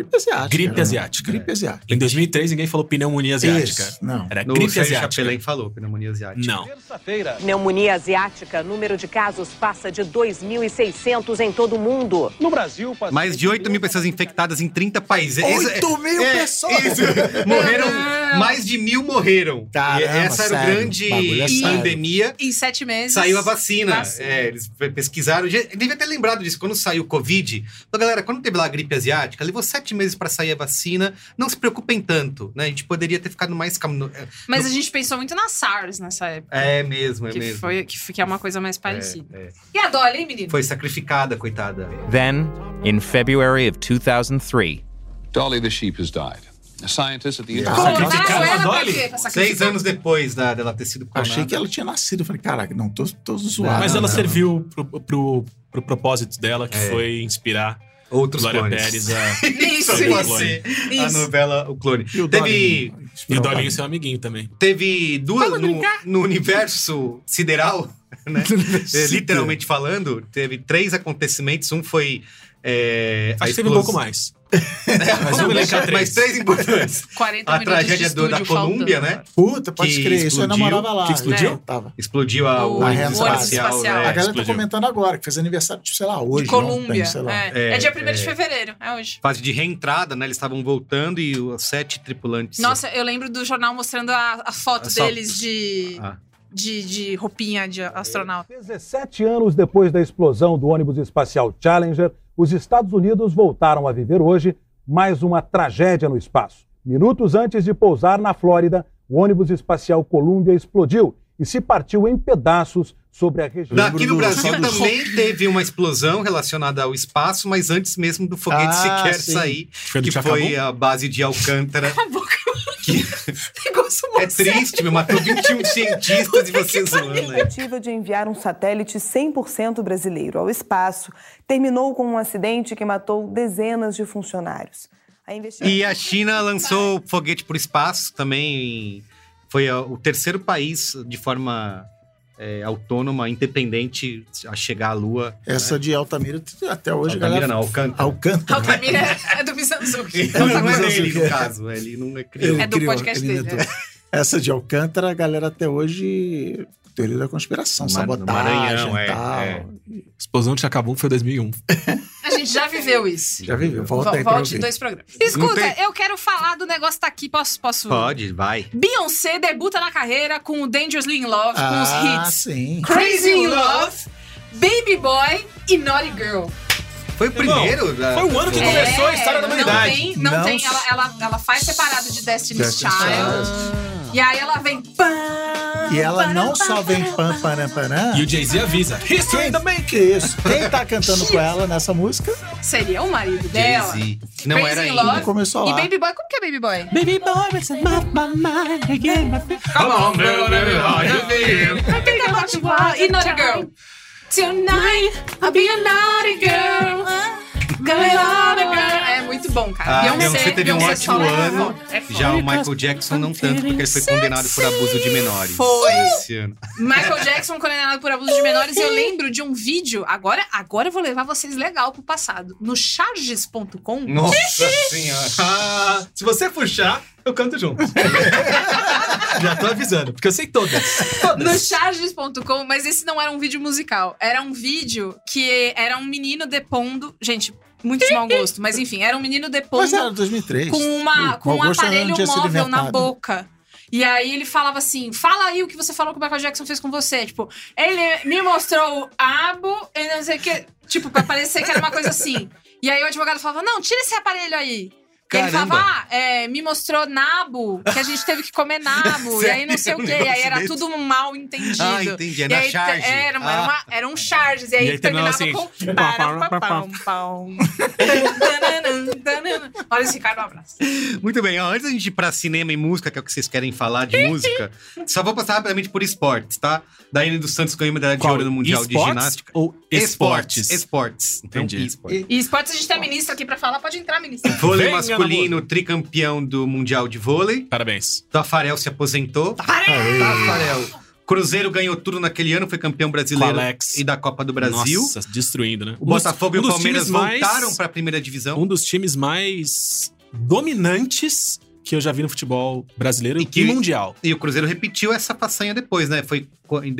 Em 2003, ninguém falou pneumonia asiática. Isso, não. Era gripe asiática. Chapelain falou pneumonia asiática. Não. Pneumonia asiática, número de casos passa de 2.600 em todo o mundo. No Brasil... Mais de 8 mil pessoas infectadas em 30 países. 8 mil pessoas! Isso. Morreram, mais de 1.000 morreram. Caramba, essa era a grande pandemia. Em 7 meses. Saiu a vacina. Eles pesquisaram. Devia ter lembrado disso. Quando saiu o Covid, galera, quando teve lá a gripe asiática, levou 7 meses pra sair a vacina. Não se preocupem tanto, né? A gente poderia ter ficado mais calmo. Mas a gente pensou muito na SARS nessa época. É mesmo. Que é uma coisa mais parecida. E a Dolly, hein, menino? Foi sacrificada, coitada. Then, in February of 2003, Dolly the sheep has died. A scientist at the Dolly? 6 anos depois dela ter sido clonada. Achei que ela tinha nascido. Falei, caraca, não, tô zoado. Mas ela serviu pro propósito dela, que foi inspirar outros Glória clones. Pérez a... Isso. A novela O Clone. E o Dolinho seu amiguinho também. Teve duas no universo sideral, né? Literalmente falando, teve 3 acontecimentos. Um foi... Acho que teve um pouco mais. Mas 3 importantes. 40 a tragédia da Colômbia, né? Puta, pode crer. Isso eu namorava lá. Que explodiu? Explodiu o espacial. A galera tá comentando agora, que fez aniversário, sei lá, hoje. De Colômbia. Sei lá. É dia 1º de fevereiro, é hoje. Fase de reentrada, né? Eles estavam voltando e os 7 tripulantes... Nossa, eu lembro do jornal mostrando a foto deles de roupinha de astronauta. 17 anos depois da explosão do ônibus espacial Challenger, os Estados Unidos voltaram a viver hoje mais uma tragédia no espaço. Minutos antes de pousar na Flórida, o ônibus espacial Columbia explodiu e se partiu em pedaços sobre a região. Aqui no Brasil também teve uma explosão relacionada ao espaço, mas antes mesmo do foguete sequer sair, que foi a base de Alcântara. É triste, matou 21 cientistas e você zoando. A tentativa de enviar um satélite 100% brasileiro ao espaço terminou com um acidente que matou dezenas de funcionários. E a China lançou foguete para o espaço também. Foi o 3º país de forma autônoma, independente, a chegar à Lua. Essa de Altamira, até hoje... Altamira não, Alcântara. Altamira é do Mizanzuki. Não é dele, no caso. Ele não criou. É do podcast dele. Essa de Alcântara, a galera até hoje... Teoria da conspiração, sabotagem e tal. Explosão de Chacabum foi 2001. A gente já viveu isso. Já viveu. Volte 2 programas. Escuta, eu quero falar do negócio tá aqui. Posso? Pode, vai. Beyoncé debuta na carreira com o Dangerously in Love, com os hits sim. Crazy in Love, Baby Boy e Naughty Girl. Foi o primeiro? Foi o ano que começou a história da humanidade. Não tem. Ela faz separado de Destiny's Child. E aí ela vem... E ela não só vem pam, param, param. E o Jay-Z avisa. History também que isso. Quem tá cantando com ela nessa música? Seria o marido dela. Jay-Z. Que não era ainda. Love. Começou lá. E Baby Boy, como que é Baby Boy? Baby Boy, it's off my mind again. Come on, baby, how you feel? I think about you all. E Naughty Girl. Tonight, I'll be a naughty girl. É muito bom, cara. Beyoncé teve um ótimo ano. Já o Michael Jackson não tanto, porque ele foi condenado por abuso de menores. Foi. Esse ano. Michael Jackson condenado por abuso de menores. E eu lembro de um vídeo. Agora eu vou levar vocês legal pro passado. No charges.com. Nossa senhora. Se você puxar, eu canto junto. Já tô avisando, porque eu sei todas. No charges.com, mas esse não era um vídeo musical. Era um vídeo que era um menino depondo... Gente, muito de mau gosto, mas enfim, era um menino depondo... Mas era 2003. Com um aparelho móvel na boca. E aí ele falava assim, fala aí o que você falou que o Michael Jackson fez com você. Tipo, ele me mostrou o abo e não sei o que... Tipo, pra parecer que era uma coisa assim. E aí o advogado falava, não, tira esse aparelho aí. E ele falava, me mostrou nabo, que a gente teve que comer nabo. E aí não sei o quê. E aí era tudo um mal entendido. Ah, entendi. Era charge. Era um charges. E aí terminava assim, com... Olha esse Ricardo, um abraço. Muito bem, ó, antes da gente ir pra cinema e música, que é o que vocês querem falar de música, só vou passar rapidamente por esportes, tá? Daiane dos Santos ganhou medalha de ouro no Mundial de Ginástica. Ou esportes? Esportes. Entendi. E esportes a gente tem a ministra aqui pra falar, pode entrar, ministra. Vôlei masculino, tricampeão do Mundial de Vôlei. Parabéns. Tafarel se aposentou. Tafarel. Cruzeiro ganhou tudo naquele ano, foi campeão brasileiro e da Copa do Brasil. Nossa, destruindo, né? O Botafogo e o Palmeiras voltaram pra primeira divisão. Um dos times mais dominantes que eu já vi no futebol brasileiro e mundial. E o Cruzeiro repetiu essa façanha depois, né? Foi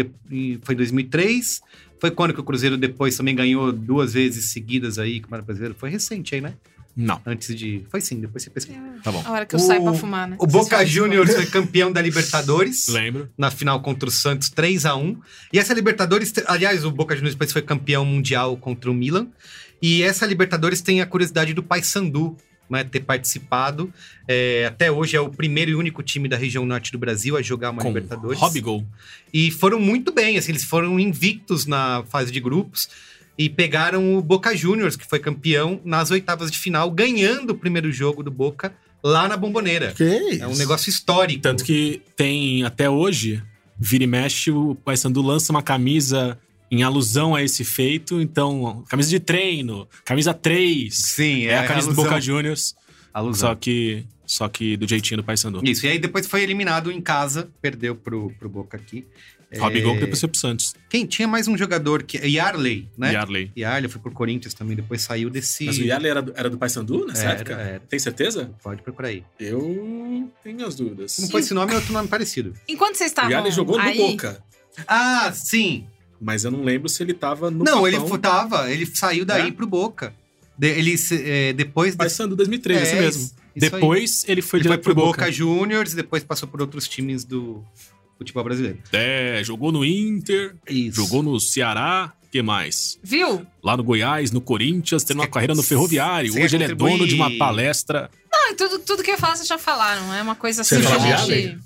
2003. Foi quando que o Cruzeiro depois também ganhou 2 vezes seguidas aí, Campeonato Brasileiro. Foi recente aí, né? Não. Antes de... Foi sim, depois você pesquisa. Tá bom. A hora que eu saio pra fumar, né? O Boca Juniors foi campeão da Libertadores. Lembro. Na final contra o Santos, 3-1. E essa Libertadores... Aliás, o Boca Juniors depois foi campeão mundial contra o Milan. E essa Libertadores tem a curiosidade do Paysandu, né, ter participado. Até hoje é o primeiro e único time da região norte do Brasil a jogar uma Libertadores. Robigol. E foram muito bem, assim, eles foram invictos na fase de grupos. E pegaram o Boca Juniors, que foi campeão nas oitavas de final, ganhando o primeiro jogo do Boca lá na Bombonera. Que isso? É um negócio histórico. Tanto que tem, até hoje, vira e mexe, o Paysandu lança uma camisa em alusão a esse feito. Então, camisa de treino, camisa 3. Sim, é a camisa alusão. do Boca Juniors. Alusão. Só que do jeitinho do Paysandu. Isso, e aí depois foi eliminado em casa, perdeu pro Boca aqui. Robigol que depois foi pro Santos. Quem? Tinha mais um jogador, que Yarley, né? Yarley foi pro Corinthians também, depois saiu desse... Mas o Yarley era do Paysandu nessa época? Era. Tem certeza? Pode procurar aí. Eu tenho as dúvidas. Se não foi esse nome, é outro nome parecido. Enquanto vocês estavam O Yarley jogou aí... no Boca. Ah, sim. Mas eu não lembro se ele tava no Não, Capão. ele saiu daí pro Boca. Depois... Paysandu 2003, esse mesmo. Depois ele foi direto pro pro Boca Juniors, depois passou por outros times do futebol brasileiro. Jogou no Inter, Isso. Jogou no Ceará, o que mais? Viu? Lá no Goiás, no Corinthians, tendo uma carreira no Ferroviário. Hoje ele é dono de uma palestra. Não, tudo que eu ia falar, vocês já falaram. É uma coisa assim, Você fala gente... Yarley?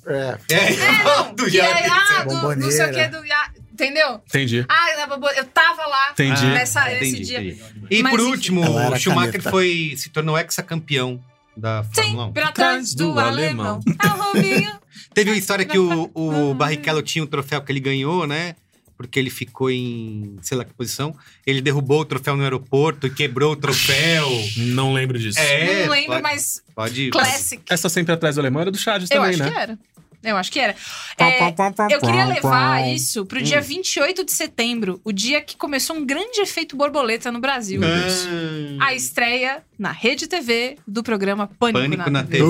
Do Yarley. Não sei o que do Yarley. Entendeu? Entendi. Eu tava lá nesse Entendi. dia. E Mas, por enfim. último, o Schumacher se tornou ex-campeão da Fórmula 1. Sim, pela trás do alemão. Teve uma história que o Barrichello tinha um troféu que ele ganhou, né? Porque ele ficou em, sei lá que posição. Ele derrubou o troféu no aeroporto e quebrou o troféu. Não lembro disso. Não lembro, mas... Pode. Classic. Essa sempre atrás do alemão era do Charles também, né? Eu acho que era. Eu queria levar isso pro dia 28 de setembro, o dia que começou um grande efeito borboleta no Brasil. A estreia na Rede TV do programa Pânico na TV.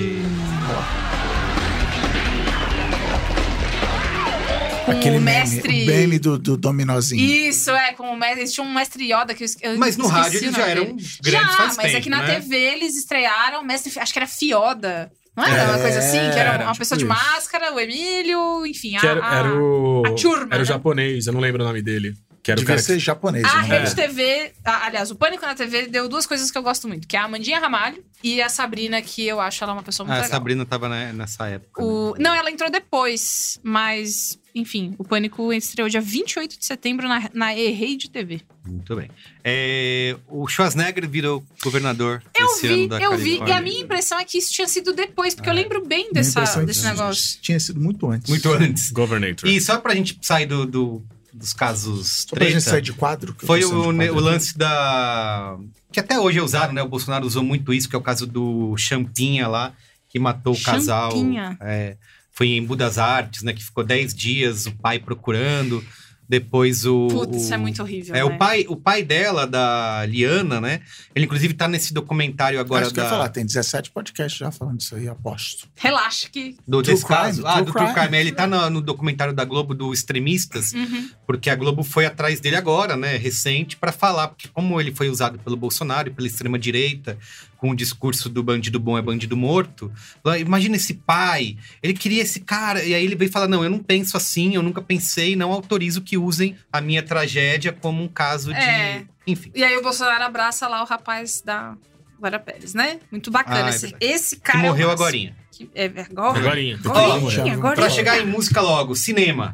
Com aquele o mestre... O meme do dominozinho. Isso, com o mestre... Eles tinham um mestre Yoda que eu Mas no rádio eles já eram grandes faz mas tempo, é que na né? TV eles estrearam, mestre, acho que era Fioda. Não era uma coisa assim? Que era uma pessoa de máscara, o Emílio, enfim, era o turma, era né? o japonês, eu não lembro o nome dele. Que era Devia o cara ser japonês. A né? Rede TV, aliás, o Pânico na TV deu 2 coisas que eu gosto muito, que é a Amandinha Ramalho e a Sabrina, que eu acho ela uma pessoa muito legal. A Sabrina tava nessa época. Não, ela entrou depois, mas, enfim, o Pânico estreou dia 28 de setembro na E-Rede TV. Muito bem. O Schwarzenegger virou governador esse ano da Eu Califórnia. vi, e a minha impressão é que isso tinha sido depois, porque eu lembro bem desse negócio. Tinha sido muito antes. Muito antes. Governator. E só pra gente sair dos casos Só pra gente sair de quadro. Foi o lance da... Que até hoje é usado, né? O Bolsonaro usou muito isso, que é o caso do Champinha lá, que matou o casal. Champinha. Foi em Budas Artes, né? Que ficou 10 dias, o pai procurando. Depois Putz, isso é muito horrível, né? o pai dela, da Liana, né? Ele, inclusive, tá nesse documentário agora Acho que eu ia falar, tem 17 podcasts já falando disso aí, aposto. Relaxa que... Desse caso. Do True Crime. Ele tá no documentário da Globo do Extremistas, porque a Globo foi atrás dele agora, né? Recente, pra falar. Porque como ele foi usado pelo Bolsonaro e pela extrema-direita, com o discurso do bandido bom é bandido morto. Imagina esse pai, ele queria esse cara, e aí ele veio falar, não, eu não penso assim, eu nunca pensei, não autorizo que usem a minha tragédia como um caso de... Enfim. E aí o Bolsonaro abraça lá o rapaz da Glória Pérez, né? Muito bacana. Esse cara que morreu agorinha. Agorinha. Pra chegar em música logo, cinema.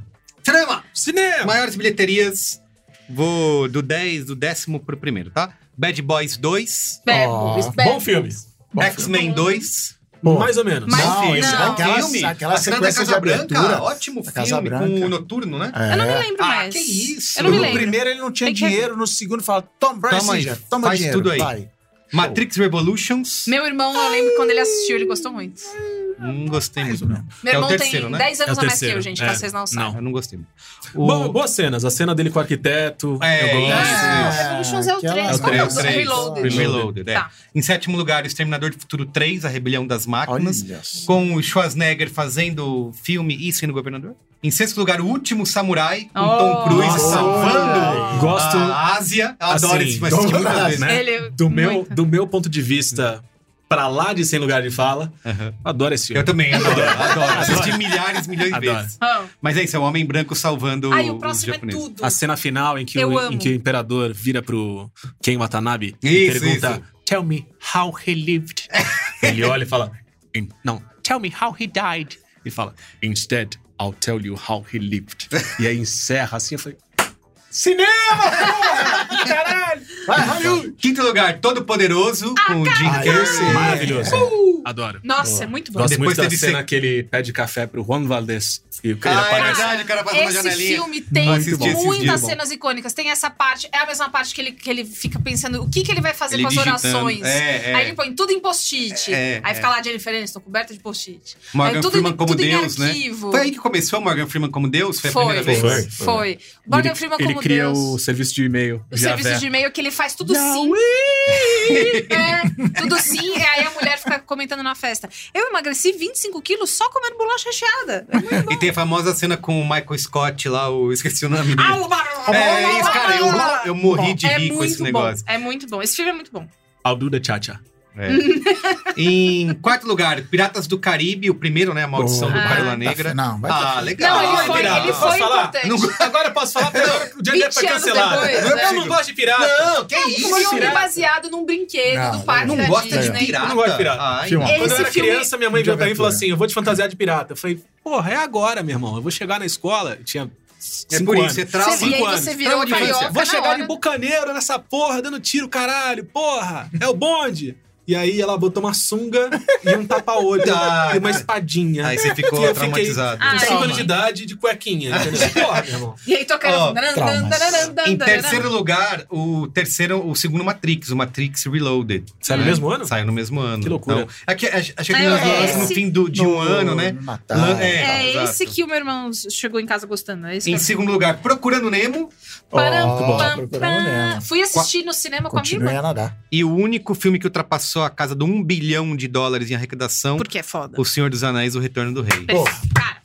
Maiores bilheterias, vou do 10º pro primeiro, tá? Bad Boys 2. Bom filme. X-Men 2. Mais ou menos. Aquela sequência de abertura. Ótimo filme, com o Noturno, né? Eu não me lembro mais. Que isso. Eu não me lembro. No primeiro ele não tinha dinheiro, no segundo fala, Tom Brady, toma faz dinheiro, tudo aí. vai. Matrix Revolutions. Meu irmão, eu lembro quando ele assistiu, ele gostou muito. Não gostei muito, não. Meu irmão é o terceiro, tem né? 10 anos a mais que eu, gente, pra vocês não sabem. Eu não gostei. Boas cenas. A cena dele com o arquiteto. Revolutions é o 3. Reloaded. Tá. Em 7º lugar, O Exterminador do Futuro 3, A Rebelião das Máquinas. Com o Schwarzenegger fazendo filme e sendo governador. Em 6º lugar, O Último Samurai, com Tom Cruise salvando a Ásia. Eu adoro esse filme. Né? Do meu ponto de vista... Pra lá de Sem Lugar de Fala. Adoro esse filme. Eu também adoro. Assisti milhões de vezes. Mas é isso, é um homem branco salvando os japoneses. É tudo. A cena final em que o imperador vira pro Ken Watanabe e pergunta: Tell me how he lived. Ele olha e fala: Não, tell me how he died. Ele fala: Instead, I'll tell you how he lived. E aí encerra assim, eu falei... Cinema! Caralho! Vai, Hollywood! 5º lugar, Todo Poderoso, com o Jim Carrey. Maravilhoso. Adoro. Nossa, é muito bom. Gosto muito da cena que ele pede café pro Juan Valdez. E o cara aparece. É verdade, o cara passa na janelinha. Esse filme tem muitas cenas icônicas. Tem essa parte, é a mesma parte que ele fica pensando o que ele vai fazer com as orações. Aí ele põe tudo em post-it. Aí fica lá Jennifer Aniston, coberta de post-it. Morgan Freeman como Deus, né? Foi aí que começou Morgan Freeman como Deus? Foi a primeira vez? Foi. Morgan Freeman como Deus. Ele cria o serviço de e-mail. O serviço de e-mail que ele faz tudo sim. Tudo sim. E aí a mulher fica comentando na festa. Eu emagreci 25 quilos só comendo bolacha recheada. É muito bom. E tem a famosa cena com o Michael Scott lá, esqueci o nome dele. Isso, cara, eu morri de rir com esse negócio. É muito bom. Esse filme é muito bom. I'll do the cha-cha. Em 4º lugar, Piratas do Caribe, o primeiro, né? A Maldição do Pérola Negra. Legal. Não, ele foi importante. Agora eu posso falar, porque o Johnny Depp foi cancelado. Eu não gosto de pirata. Não, que isso? Um filme baseado num brinquedo do parque da Disney. Eu não gosto de pirata. Quando eu era criança, minha mãe veio pra mim e falou assim, eu vou te fantasiar de pirata. Eu falei, porra, é agora, meu irmão. Eu vou chegar na escola, tinha... É por isso, você trava 5 anos. Você virou carioca. Vou chegar de bucaneiro nessa porra, dando tiro, caralho, porra. É o bonde. E aí ela botou uma sunga e um tapa-olho e uma espadinha. Aí você ficou traumatizado. Com 5 anos de idade, de cuequinha, entendeu? Porra, meu irmão. E aí tocando... Em 3º lugar, o segundo Matrix, o Matrix Reloaded. Saiu no mesmo ano? Saiu no mesmo ano. Que loucura. Então, achei que nós no fim de um ano, né? Esse que o meu irmão chegou em casa gostando. Em 2º lugar, Procurando Nemo. Fui assistir no cinema com a minha irmã. A nadar. E o único filme que ultrapassou a casa do $1 bilhão em arrecadação. Porque é foda. O Senhor dos Anéis, O Retorno do Rei. Cara.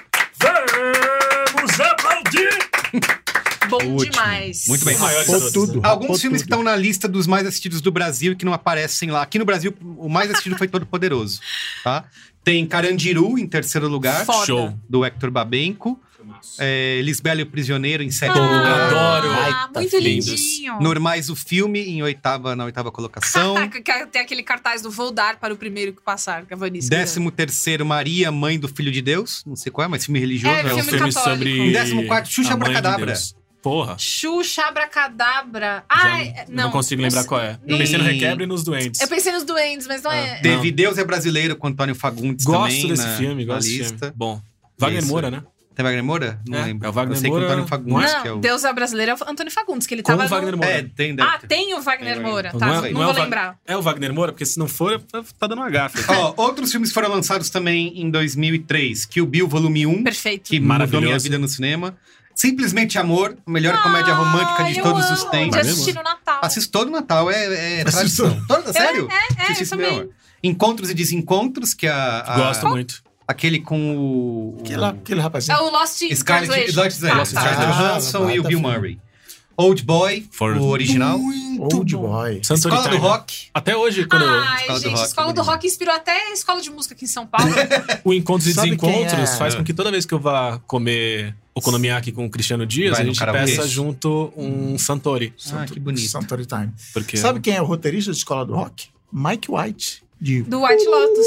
Vamos aplaudir! Bom demais. Muito bem. Tudo. Alguns filmes que estão na lista dos mais assistidos do Brasil e que não aparecem lá. Aqui no Brasil, o mais assistido foi Todo Poderoso. Tá? Tem Carandiru, em 3º lugar. Foda. Show. Do Hector Babenco. Lisbela e o Prisioneiro, em 7º lugar. Adoro. Muito lindinho. Normais, o filme, na 8ª colocação. Tem aquele cartaz do Vou Dar para o Primeiro que passar, que a Vanessa. 13º, Maria, Mãe do Filho de Deus. Não sei qual é, mas filme religioso. É um filme sobre... Em 14º, Xuxa Abracadabra. Porra. Xuxa Abracadabra. Não consigo lembrar qual é. Eu pensei no Requebra e nos Duendes. Eu pensei nos Duendes, mas não é... Teve Deus é Brasileiro, com Antônio Fagundes também. Gosto desse filme, gosto desse filme. Bom. Wagner Moura, né? Tem Wagner Moura? Não lembro. É o Wagner eu sei Moura. Que o Antônio Fagundes, Não, que é o... Deus é Brasileiro é o Antônio Fagundes, que ele Com tava o Wagner Moura. Tem o Wagner Moura. Tá, não vou lembrar. É o Wagner Moura, porque se não for, tá dando uma gafe. Outros filmes foram lançados também em 2003. Kill Bill, volume 1. Perfeito. Que mudou minha vida no cinema. Simplesmente Amor, a melhor comédia romântica de todos os tempos. Já assisti no Natal. Assisto todo Natal, é tradição. Sério? Eu também. Encontros e Desencontros, que Gosto muito. Aquele com o... Aquele rapazinho. É o Lost in Scarlett Johansson e o Bill Murray. Old Boy, o original. Old Boy. Escola do Rock. Até hoje, quando Escola do Rock inspirou até a escola de música aqui em São Paulo. O Encontros e Desencontros faz com que toda vez que eu vá comer okonomiyaki com o Cristiano Dias, a gente peça junto um Santori. Que bonito. Santori Time. Porque... Sabe quem é o roteirista de Escola do Rock? Mike White. Do White Lotus.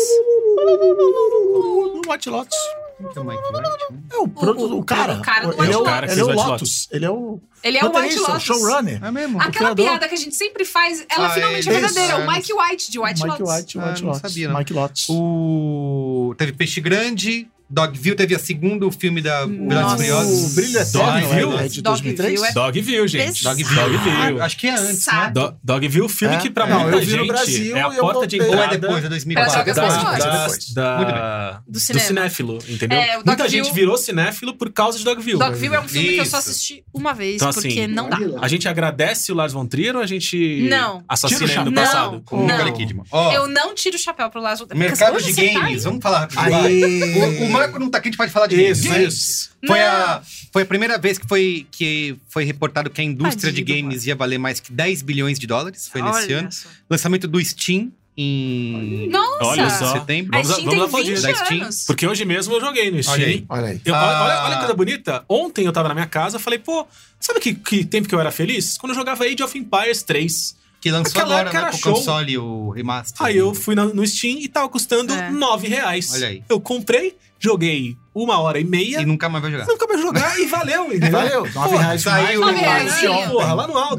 Do White Lotus. Que é o Mike White? É o cara. O cara do ele White é, ele é o Lotus. Ele é o White Lotus. Showrunner. É mesmo? Aquela piada que a gente sempre faz, ela finalmente é verdadeira. O Mike White, de White Lotus. Não sabia, não. Mike Lotus. Teve Peixe Grande, Dogville, teve a segundo filme da Velozes e Furiosos. O Brilho Eterno é de 2003? Dogville, gente. Dogville. Acho que é antes, né? Dogville, filme que pra muita gente no Brasil, é a porta de entrada. Ou é depois, é 2004. Do cinéfilo, entendeu? Muita Muita gente virou cinéfilo por causa de Dogville. Dogville é um filme que eu só assisti uma vez, então, porque assim, não dá. A gente agradece o Lars von Trier ou a gente assassina ele no Não. passado? Com o Nicole Kidman. Eu não tiro o chapéu pro Lars von Trier. Mercado de games, vamos falar rapidinho. O Marco não tá aqui, a gente pode falar de games. Foi a primeira vez que foi reportado que a indústria de games ia valer mais que 10 bilhões de dólares. Foi nesse ano. Lançamento do Steam em setembro. Vamos aplaudir da Steam. Porque hoje mesmo eu joguei no Steam. Olha aí. Olha que coisa bonita. Ontem eu tava na minha casa, falei, sabe que tempo que eu era feliz? Quando eu jogava Age of Empires 3. Que lançou agora, né, pro console, o remaster. Aí eu fui no Steam e tava custando R$9. Olha aí. Eu comprei, joguei 1h30. E nunca mais vai jogar. Nunca mais jogar e valeu, entendeu? Valeu. R$9 saiu porra, lá no alto.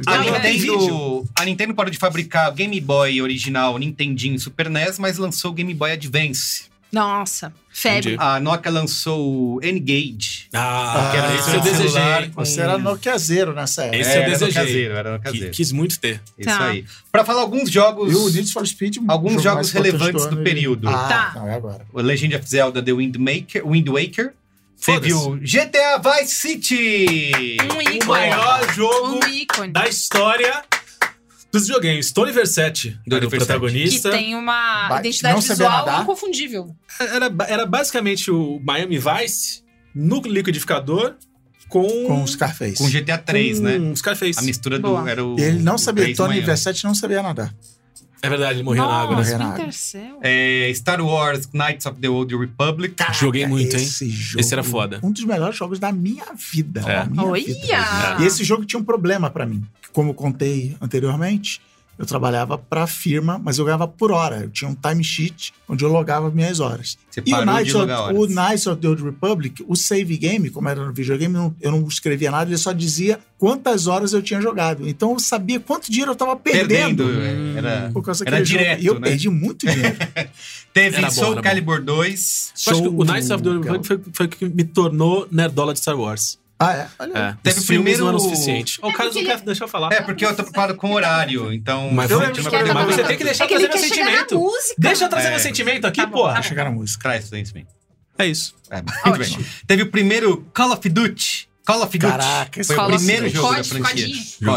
A Nintendo parou de fabricar o Game Boy original, Nintendinho e Super NES, mas lançou o Game Boy Advance. Nossa, febre. A Nokia lançou o N-Gage. Que era esse eu desejei. Você era Nokiazeiro nessa época. Esse eu desejei. Era Nokiazeiro. Quis muito ter. Isso aí. Pra falar alguns jogos... E o Need for Speed... Alguns jogos relevantes do período. Não, é agora. O Legend of Zelda The Wind Waker. Teve o GTA Vice City. O maior jogo da história dos videogames. Tony Versetti, o protagonista. Que tem uma identidade visual inconfundível. Era basicamente o Miami Vice no liquidificador com o Scarface. Com GTA 3, né? Com o Scarface. A mistura era o... E ele não sabia, Tony Versetti não sabia nadar. É verdade, ele morreu na água, né? Star Wars Knights of the Old Republic. Caraca, joguei muito, hein? Esse era foda. Um dos melhores jogos da minha vida. Olha! E esse jogo tinha um problema pra mim. Como eu contei anteriormente, eu trabalhava pra firma, mas eu ganhava por hora. Eu tinha um timesheet onde eu logava minhas horas. E o Knights of the Old Republic, o save game, como era no videogame, eu não escrevia nada, ele só dizia quantas horas eu tinha jogado. Então eu sabia quanto dinheiro eu tava perdendo. Era direto, e eu perdi muito dinheiro. Teve Soul Calibur 2. Eu acho que o Knights of the Old Republic foi o que me tornou nerdola de Star Wars. Olha. Teve o primeiro não era o suficiente. O Carlos não quer deixar eu falar. Porque eu tô preocupado com o horário, então... Mas você tem que deixar eu trazer meu sentimento. Deixa eu trazer meu sentimento aqui, porra. Chegar na música. Traz isso aí. É isso. Muito bem. Teve o primeiro Call of Duty. Caraca, foi o primeiro jogo da franquia.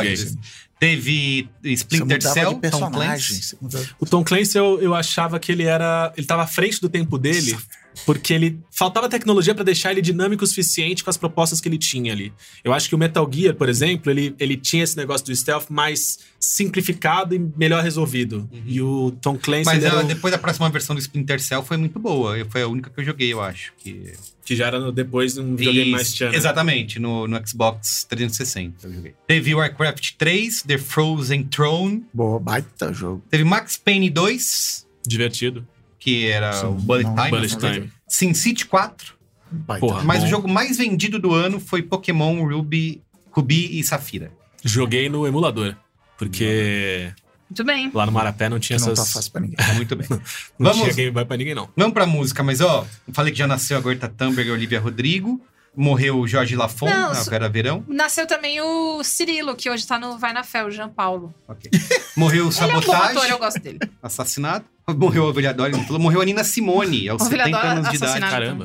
Teve Splinter Cell, Tom Clancy. O Tom Clancy, eu achava que ele tava à frente do tempo dele, porque ele faltava tecnologia pra deixar ele dinâmico o suficiente com as propostas que ele tinha ali. Eu acho que o Metal Gear, por exemplo, ele tinha esse negócio do stealth mais simplificado e melhor resolvido. E o Tom Clancy... Mas depois da próxima versão do Splinter Cell foi muito boa. Foi a única que eu joguei, eu acho. Que já era depois de um videogame mais tchan. Exatamente, no Xbox 360 eu joguei. Teve Warcraft 3, The Frozen Throne. Boa, baita jogo. Teve Max Payne 2. Divertido. Que era o Bullet Time. SimCity 4. Mas o jogo mais vendido do ano foi Pokémon Ruby e Safira. Joguei no emulador. Porque... Muito bem. Lá no Marapé não tinha essas... Não tá fácil pra ninguém. Muito bem. Não tinha Game Boy pra ninguém, não. Vamos pra música, mas eu falei que já nasceu a Greta Thunberg e a Olivia Rodrigo. Morreu o Jorge Lafon, na Vera Verão. Nasceu também o Cirilo, que hoje tá no Vai na Fé, o Jean Paulo. Morreu o Sabotagem. Ele é um bom ator, eu gosto dele. Assassinado. Morreu a vereadora, morreu a Nina Simone, aos 70 anos de idade. Caramba.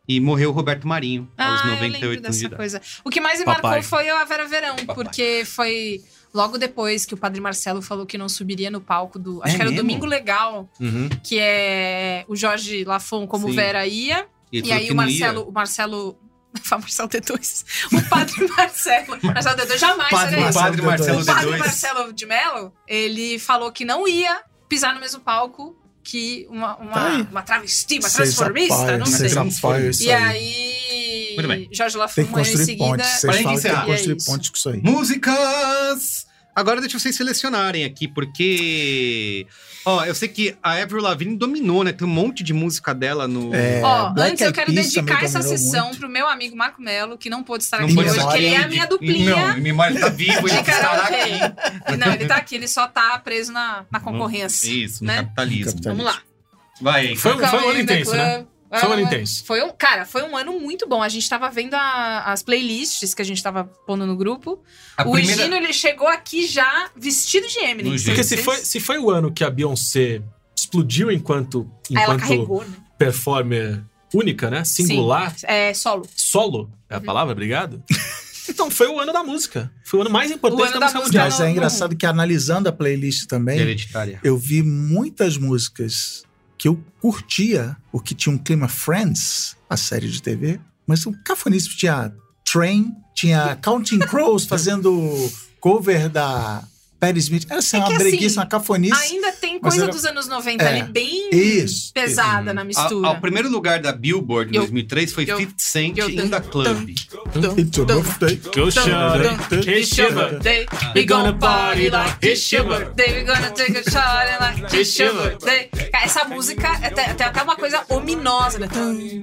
E morreu o Roberto Marinho, aos eu 98 lembro anos de dessa idade. coisa. O que mais me Papai. marcou foi a Vera Verão, porque foi logo depois que o Padre Marcelo falou que não subiria no palco do... Acho que era o mesmo? Domingo Legal, que é o Jorge Lafon como Sim. Vera ia. E ele E falou aí que o não Marcelo... ia. O Marcelo D2. O Padre Marcelo. Marcelo D2 jamais seria isso. Padre Marcelo O Padre D2. Marcelo de Mello, ele falou que não ia pisar no mesmo palco que uma travesti, uma transformista, não sei. Vocês apoiam isso E aí. Muito bem. Jorge Lafon Tem que morreu em construir seguida. pontes. Vocês falam que tem que construir isso. pontes com isso aí. Músicas! Agora deixa vocês selecionarem aqui, porque... Ó, eu sei que a Avril Lavigne dominou, né? Tem um monte de música dela no... Ó, Black antes eu Eyed quero Peas dedicar também essa dominou sessão muito. pro meu amigo Marco Melo, que não pôde estar Não aqui pôde hoje, estar que ele é aqui. a minha duplinha. Não, memória tá vivo, ele de estará karaokê. aqui. Não, ele tá aqui, ele só tá preso na concorrência. Isso, no né? capitalismo. Vamos lá. Vai aí. Foi um ano intenso, né? Foi um ano intenso. Foi um ano muito bom. A gente tava vendo as playlists que a gente tava pondo no grupo. A o primeira- Egino, ele chegou aqui já vestido de Eminem. Porque se foi o ano que a Beyoncé explodiu enquanto Ela carregou, né? performer única, né? Singular. Sim, é solo. Solo é a palavra, obrigado. Então, foi o ano da música. Foi o ano mais importante da música mundial. Mas é engraçado que analisando a playlist também, Hereditária. eu vi muitas músicas que eu curtia, porque tinha um clima Friends, a série de TV, mas o cafoníssimo tinha Train, tinha Counting Crows fazendo cover da Patti Smith. Era assim, uma que, breguiça, assim, uma cafonice. Ainda tem mas coisa era- dos anos 90 É. ali bem Isso, pesada na mistura. Ao primeiro lugar da Billboard em Eu- 2003 foi eu- 50 Cent eu- in the Club. It's your birthday. It's your birthday. We gonna party like it's your birthday. We gonna take a shot like it's your birthday. Cara, essa música tem até uma coisa ominosa, né?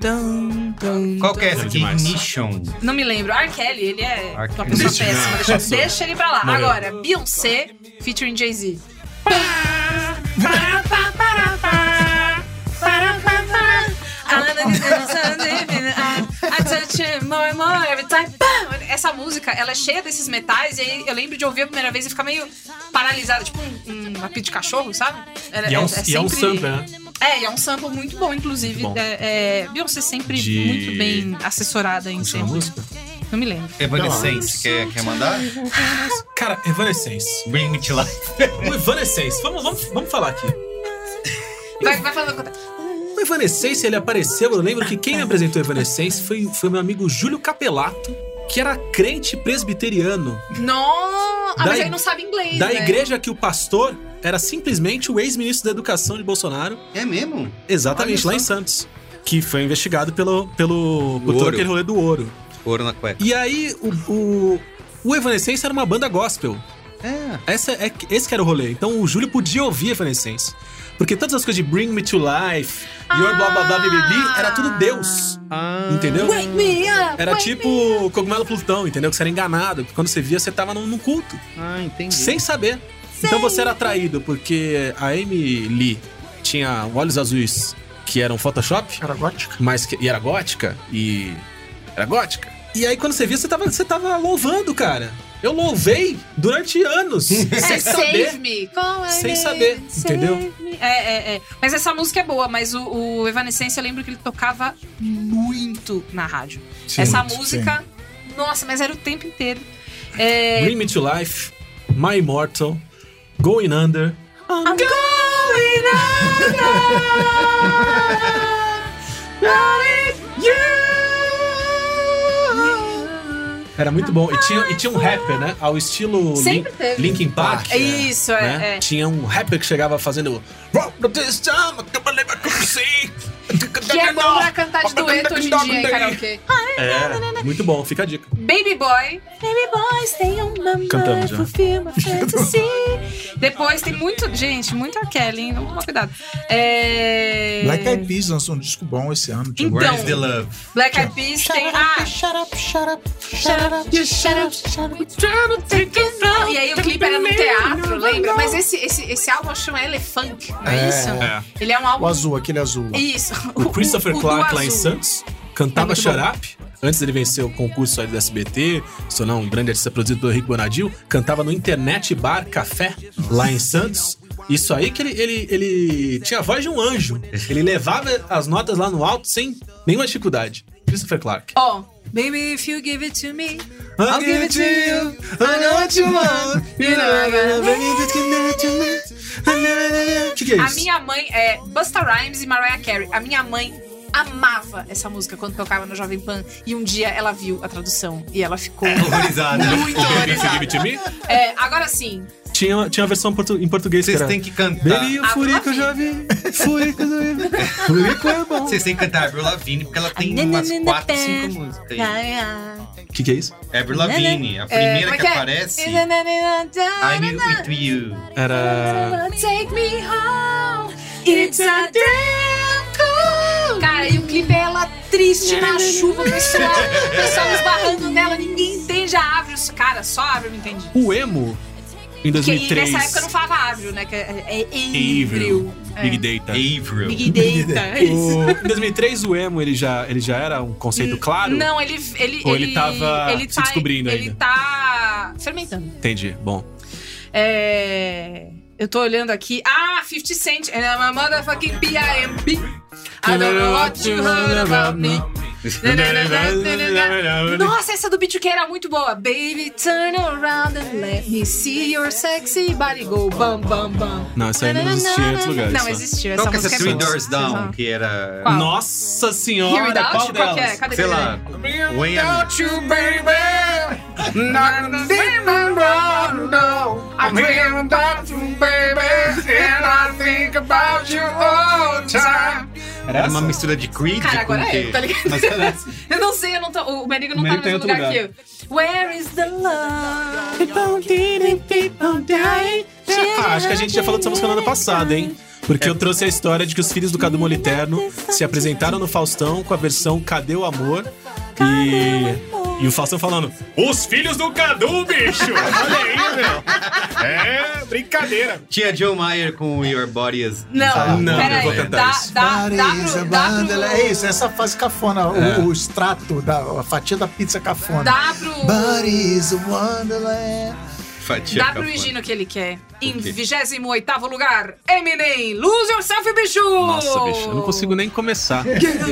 Qual que é essa aqui? Ignition. Não me lembro. R. Kelly, ele é R. uma Kelly. pessoa Deixa- péssima. Passou. Deixa ele pra lá. Morreu. Agora, Beyoncé featuring Jay-Z. I touch it more and more every time. Essa música, ela é cheia desses metais. E aí eu lembro de ouvir a primeira vez e ficar meio paralisada, tipo um apito de cachorro, sabe? E é um sample, né? E é um sample muito bom, inclusive. Bom. Beyoncé sempre De- muito bem assessorada em Chama a sample. música? Não me lembro. Evanescence, quer mandar? Cara, Evanescence. Bring Me to Life. O Evanescence, vamos falar aqui. Vai falando. O Evanescence, ele apareceu, eu lembro que quem me apresentou o Evanescence foi meu amigo Júlio Capelato, que era crente presbiteriano. Não! Da Mas i- aí não sabe inglês, Da né? igreja que o pastor era simplesmente o ex-ministro da Educação de Bolsonaro. É mesmo? Exatamente, Olha lá só. em Santos. Que foi investigado por todo ouro. aquele rolê do ouro. Ouro na cueca. E aí, o Evanescence era uma banda gospel. Esse que era o rolê. Então o Júlio podia ouvir Evanescence. Porque todas as coisas de Bring Me to Life, Your Blá Blá Blá BBB, era tudo Deus. Entendeu? Wake me up! Era wake tipo Cogumelo Plutão, entendeu? Que você era enganado. Que quando você via, você tava num culto. Entendi. Sem saber. Então você era atraído porque a Amy Lee tinha olhos azuis que eram Photoshop. Era gótica. E era gótica. Era gótica. E aí quando você via, você tava louvando, cara. Eu louvei durante anos. sem saber. Save me! Come Sem again, saber, save entendeu? me. Mas essa música é boa, mas o Evanescence eu lembro que ele tocava muito na rádio. Sim, essa muito, música, nossa, mas era o tempo inteiro. Bring Me to Life, My Immortal, Going Under. I'm going Era muito bom. E tinha um rapper, né? Ao estilo Sempre teve. Linkin Park. É isso, né? é. Tinha um rapper que chegava fazendo This time, I can't believe I could see. Que é bom pra cantar de dueto hoje em dia em karaokê. Muito bom, fica a dica. Baby Boy. Baby Boy, stay on my mind, Cantamos já. fulfill my fantasy. Depois tem muito, gente, muito R. Kelly, hein? Vamos tomar cuidado. Black Eyed Peas lançou um disco bom esse ano. Então, Where's the Love? Black Eyed Peas tem... Shut up. You shut up. We try to take it from. E aí o clipe era no teatro, lembra? Mas esse álbum chama Elefunk, não é isso? Ele é um álbum... O azul, aquele azul lá. Isso. O Christopher do Clark lá em azul. Santos cantava muito Shut bom. Up. Antes dele vencer o concurso aí do SBT, se tornar um grande artista produzido pelo Henrique Bonadil, cantava no Internet Bar Café, lá em Santos. Isso aí que ele tinha a voz de um anjo. Ele levava as notas lá no alto sem nenhuma dificuldade. Christopher Clark. Ó, baby, if you give it to me, I'll give it to you. I know what you want. You know I gotta. Que é isso? A minha mãe é Busta Rhymes e Mariah Carey. A minha mãe amava essa música quando tocava no Jovem Pan. E um dia ela viu a tradução e ela ficou horrorizada. muito horrorizada. Give it to me? Agora sim. Tinha a versão em português. Vocês têm que cantar. Baby, o Furico eu já vi. Furico é bom. Vocês têm que cantar Avril Lavigne, porque ela tem umas 4, 5 músicas aí. O que é isso? Avril Lavigne, a primeira que aparece. I'm with you. Era... Take me home, it's a damn cool. Cara, e o clipe é ela triste na chuva, o pessoal esbarrando nela, ninguém entende a Avril. Cara, só a Avril me entende. O emo, em 2003... E nessa época eu não falava Avril, né? Que é Avril. Big Data. Avril. Big Data, é isso. Em 2003, o emo, ele já era um conceito claro? Não, ele tava se descobrindo ainda? Ele tá fermentando. Entendi, bom. Eu tô olhando aqui. 50 Cent. And I'm a motherfucking P.I.M.P. I don't know what you heard about me. Nossa, essa do B2K era muito boa. Baby, turn around and let me see your sexy body go bam, bam, bam. Não, essa aí não existia em outros lugares. Não, existiu. Essa Qual que é essa música Three é boa. Doors Down, que era... Qual? Nossa senhora, Hear It Out? qual Qual que é? delas? Cadê? Sei lá. When Without you, baby, not gonna leave me alone, no. I'm dreaming about you, baby, and I think about you all the time. Era uma mistura de Creed Cara, com agora o quê? tá ligado? Mas era... Eu não sei, o Merigo não tá no mesmo outro lugar que eu. Where is the love? Acho que a gente já falou dessa música no ano passado, hein? Porque eu trouxe a história de que os filhos do Cadu Moliterno se apresentaram no Faustão com a versão Cadê o Amor? E o Faustão falando: os filhos do Cadu, bicho! Olha aí, meu! É brincadeira. Tinha Joe Mayer com Your Body Is... Não, eu vou cantar isso. É isso, essa fase cafona, o extrato, a fatia da pizza cafona. Dá pro... Body's a Wonderland. Fatia Dá pro cafona. Higino que ele quer. Em 28º lugar, Eminem, Lose Yourself, bicho! Nossa, bicho, eu não consigo nem começar.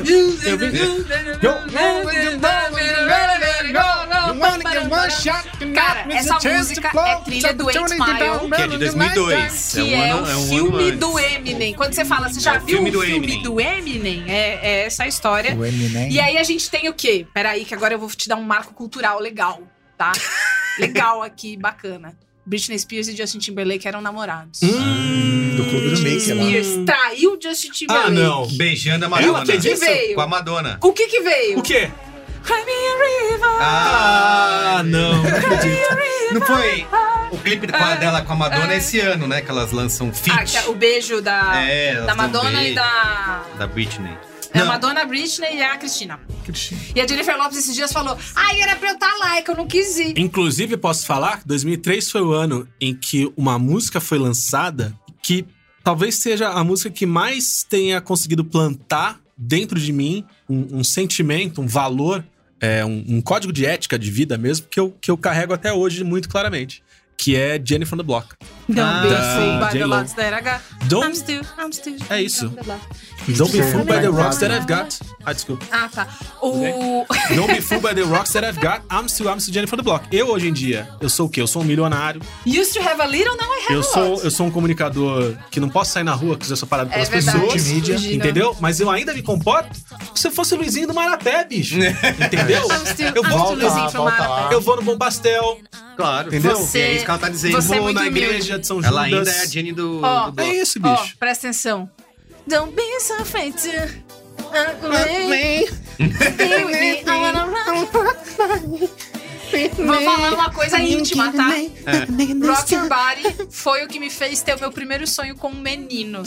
Cara, essa música é trilha do 8 Mile. Que é de 2002. Que é o filme ano do antes. Eminem. Quando você fala, você já viu filme o do filme Eminem. do Eminem? É essa a história. O Eminem. E aí a gente tem o quê? Peraí, que agora eu vou te dar um marco cultural legal, tá? Legal aqui, bacana. Britney Spears e Justin Timberlake eram namorados. Do Clube do Mickey lá. Spears traiu Justin Timberlake. Ah, não. Beijando a Madonna. O que veio? Com a Madonna. O que veio? O quê? Cry me a river. Ah, não. Não foi o clipe dela com a Madonna esse ano, né? Que elas lançam feat. O beijo da elas dão Madonna beijo. e da Britney. a Madonna, a Britney e a Cristina. E a Jennifer Lopez esses dias falou: era pra eu estar lá, é que eu não quis ir. Inclusive, posso falar que 2003 foi o ano em que uma música foi lançada que talvez seja a música que mais tenha conseguido plantar dentro de mim um sentimento, um valor, um código de ética de vida mesmo, que eu carrego até hoje muito claramente. Que é Jenny from the Block. Don't be fooled by the J-Lo. lots that I got. Don't- I'm still. É isso. Don't be fooled by the rocks that I've got. Desculpa. Tá. O... Don't be fooled by the rocks that I've got. I'm still Jenny from the Block. Eu, hoje em dia, eu sou o quê? Eu sou um milionário. Used to have a little, now I have a lot. Eu sou um comunicador que não posso sair na rua porque eu sou parado pelas verdade. pessoas. Imagina. Entendeu? Mas eu ainda me comporto como se eu fosse o Luizinho do Maraté, bicho. Entendeu? Eu vou Eu vou no Bom Pastel. Claro. Entendeu? É isso que ela tá dizendo. Você é Vou muito na humilde. igreja de São Judas. Ela ainda é a Jenny do bloco. É isso, bicho. Presta atenção. Don't be so afraid to Vou falar uma coisa íntima, tá? Rock Your Body foi o que me fez ter o meu primeiro sonho com meninos.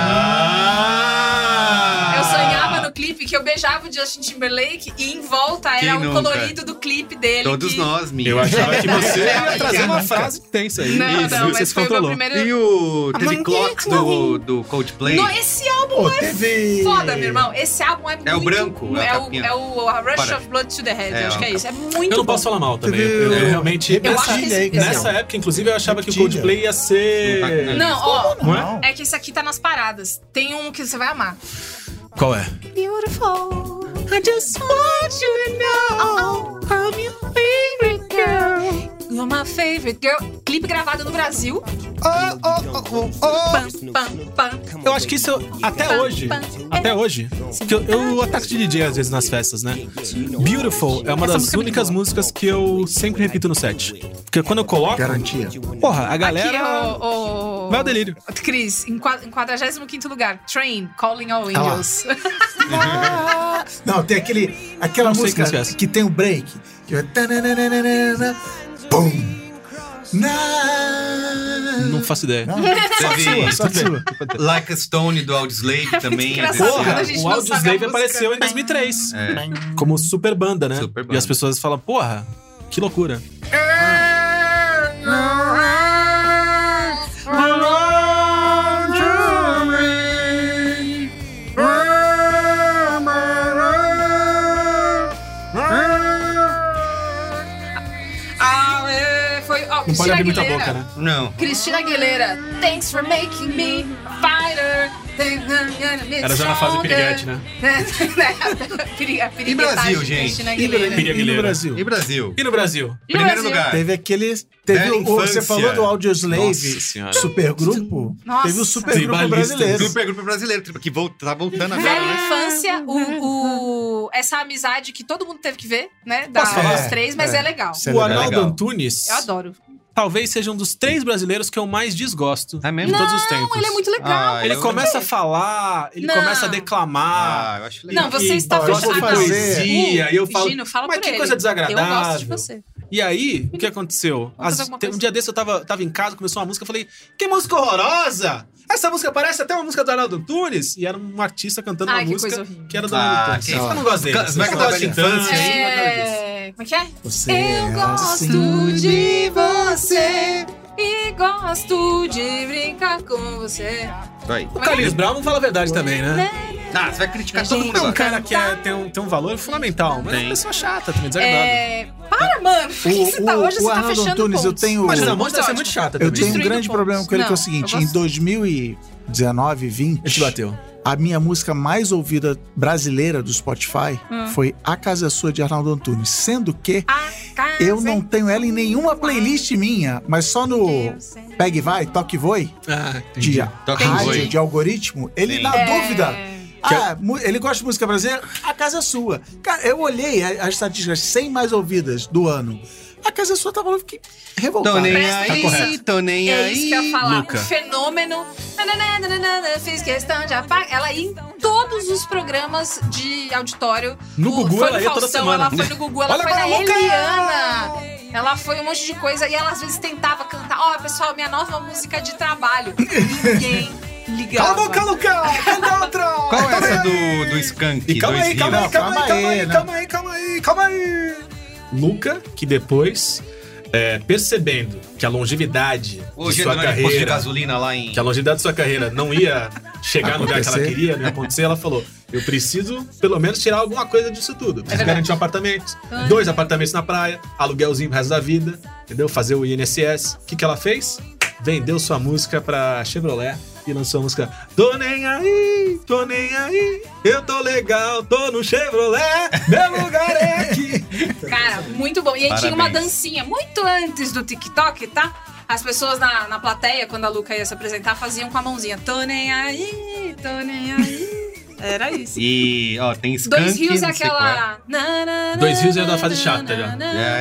Eu sonhava no clipe que eu beijava o Justin Timberlake e em volta era Quem o nunca? colorido do clipe dele. Todos nós, minha. Eu achava que você ia trazer uma frase tensa aí. Não, Isso, não, você mas se foi o meu controlou. primeiro... E o teve Clocks do Coldplay? No, esse álbum é foda, meu irmão. Esse álbum é muito... o branco, é a capinha. É o Rush Para. of Blood to the Head, É, acho que é ó. isso. É muito Eu não bom. posso falar mal também. Eu realmente. Eu acho que esse Nessa época, inclusive, eu achava que o Coldplay ia ser. Não, ó, Não é que esse aqui tá nas paradas. Tem um que você vai amar. Qual é? Beautiful. I just want you to know I'm your favorite girl. You're my favorite girl. Clipe gravado no Brasil. Pam, pam, pam. Eu acho que isso, até hoje, que eu ataco de DJ às vezes nas festas, né? Beautiful é uma das únicas músicas que eu sempre repito no set. Porque quando eu coloco... Garantia. Porra, a galera... Aqui, vai ao delírio. Cris, em 45º lugar, Train, Calling All Angels. Não, tem aquela música que tem o break. Que é... Bum! Não faço ideia. Só sua. Like a Stone do Audioslave também. Porra, o Audioslave apareceu em 2003. Como super banda, né? E as pessoas falam, porra, que loucura. Não pode abrir muita boca, né? Não. Cristina Aguilera, thanks for making me a fighter. Era já na fase piriguete, né? E Brasil, gente? E no Brasil? E Brasil? E no Brasil? Primeiro lugar. Teve aquele... Você falou do Audioslave, supergrupo. Teve o supergrupo brasileiro. Supergrupo brasileiro, que tá voltando agora, Velha né? infância, essa amizade que todo mundo teve que ver, né? Posso falar? Dos três, mas é legal. O Arnaldo Antunes... Eu adoro. Talvez seja um dos 3 brasileiros que eu mais desgosto de todos os tempos. Não, ele é muito legal. Ele começa a falar, ele começa a declamar. Eu acho legal. Não, você está fechando. Poesia, e eu falo, Gino, fala mas por que ele. coisa desagradável. Eu gosto de você. E aí, o que aconteceu? Um dia desse eu tava em casa, começou uma música, eu falei, que música horrorosa! Essa música parece até uma música do Arnaldo Antunes. E era um artista cantando uma música que era do Arnaldo Antunes. Eu não gosto dele. Vai cantar Velha Infância aí? Como é que é? Eu gosto de você e gosto de brincar com você. O Carlinhos Brown não fala a verdade também, né? Você vai criticar todo mundo agora. É um agora. cara que tem um valor fundamental, mas é uma pessoa chata, também desagradável. Para, mano! Por que você tá hoje? Você tá fechando Antunes, pontos. eu tenho... Mas a música deve ser muito chata também. Eu tenho um grande problema com ele, que é o seguinte. Em 2019, 20... Ele te bateu. A minha música mais ouvida brasileira do Spotify foi A Casa é Sua, de Arnaldo Antunes. Sendo que eu não tenho ela em nenhuma playlist minha, mas só no Pegue Vai, Toque Voe, de rádio, de algoritmo, ele na dúvida... ele gosta de música brasileira, A Casa é Sua. Cara, eu olhei as estatísticas 100 mais ouvidas do ano. A Casa é Sua tava lá, eu fiquei revoltado. Tô nem aí, tô nem aí. É isso que eu ia falar. Luca. Um fenômeno. Fiz questão de apagar. Ela ia em todos os programas de auditório. No Gugu, ela ia toda semana. Ela foi no Gugu, ela foi na Eliana. Ela foi um monte de coisa. E ela às vezes tentava cantar. Ó, pessoal, minha nova música de trabalho. Ninguém ligava. Cala a boca, Luca! Canta outra! Qual é essa do Skunk? Calma aí. Luca, que depois, percebendo que a longevidade de sua carreira... de gasolina lá em... Que a longevidade de sua carreira não ia chegar no lugar que ela queria, não ia acontecer, ela falou, eu preciso, pelo menos, tirar alguma coisa disso tudo. Preciso garantir um apartamento, 2 apartamentos na praia, aluguelzinho pro resto da vida, entendeu? Fazer o INSS. O que ela fez? Vendeu sua música pra Chevrolet e lançou a música Tô nem aí, eu tô legal, tô no Chevrolet, meu lugar é aqui. Cara, muito bom. E aí tinha uma dancinha muito antes do TikTok, tá? As pessoas na plateia, quando a Luca ia se apresentar, faziam com a mãozinha Tô nem aí, tô nem aí. Era isso. E, ó, tem Skunk, 2 Rios é aquela... 2 Rios é da fase chata já.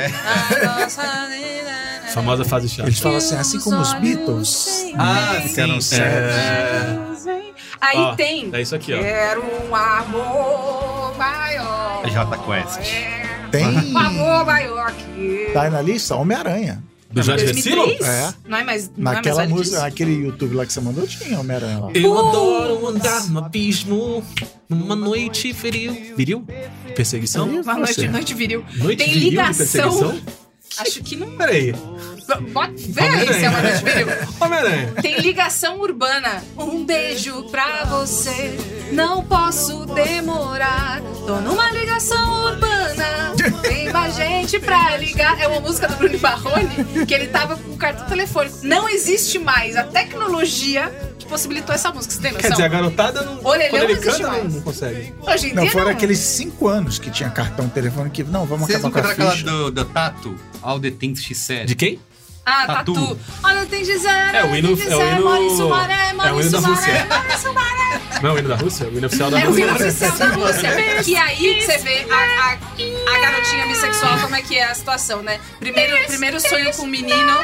Famosa fase chata. Eles falam assim como os Beatles. Ficaram certos. Aí tem... É isso aqui, ó. Quero um amor maior. Jota Quest. Tem... Um amor maior que... Tá aí na lista? Homem-Aranha. Do Jorge Versilo? Não é mais... Naquela música, naquele YouTube lá que você mandou, tinha Homem-Aranha lá. Eu adoro andar no abismo numa noite viril. Viril? Perseguição? Uma noite viril. Noite tem viril ligação. de perseguição? Acho que não... Peraí. Vê aí se é uma noite viril. Homem-Aranha. Tem ligação urbana. Um beijo pra você. Não posso demorar. Tô numa ligação urbana. Tem mais gente pra ligar. É uma música do Bruno Marrone que ele tava com o cartão telefônico. Não existe mais a tecnologia que possibilitou essa música. Você tem noção? Quer dizer, a garotada não. Orelhão Quando ele não existe canta, mais. não consegue. Hoje em Não, dia foram não. aqueles 5 anos que tinha cartão telefone que, não, vamos Vocês acabar não com a cantaram aquela ficha. do Tato? All the Things She Said. De quem? Ah, Tatu. Tatu. Olha, tem Gisele. É o hino- tem é o Gisele, hino- Maurício Maré, é o Maurício hino da Maré, Rússia. Maurício Maré. Não é o hino da Rússia? É o hino oficial da É o Rússia. hino oficial da Rússia. Que aí você vê a garotinha bissexual, como é que é a situação, né? Primeiro sonho com o menino.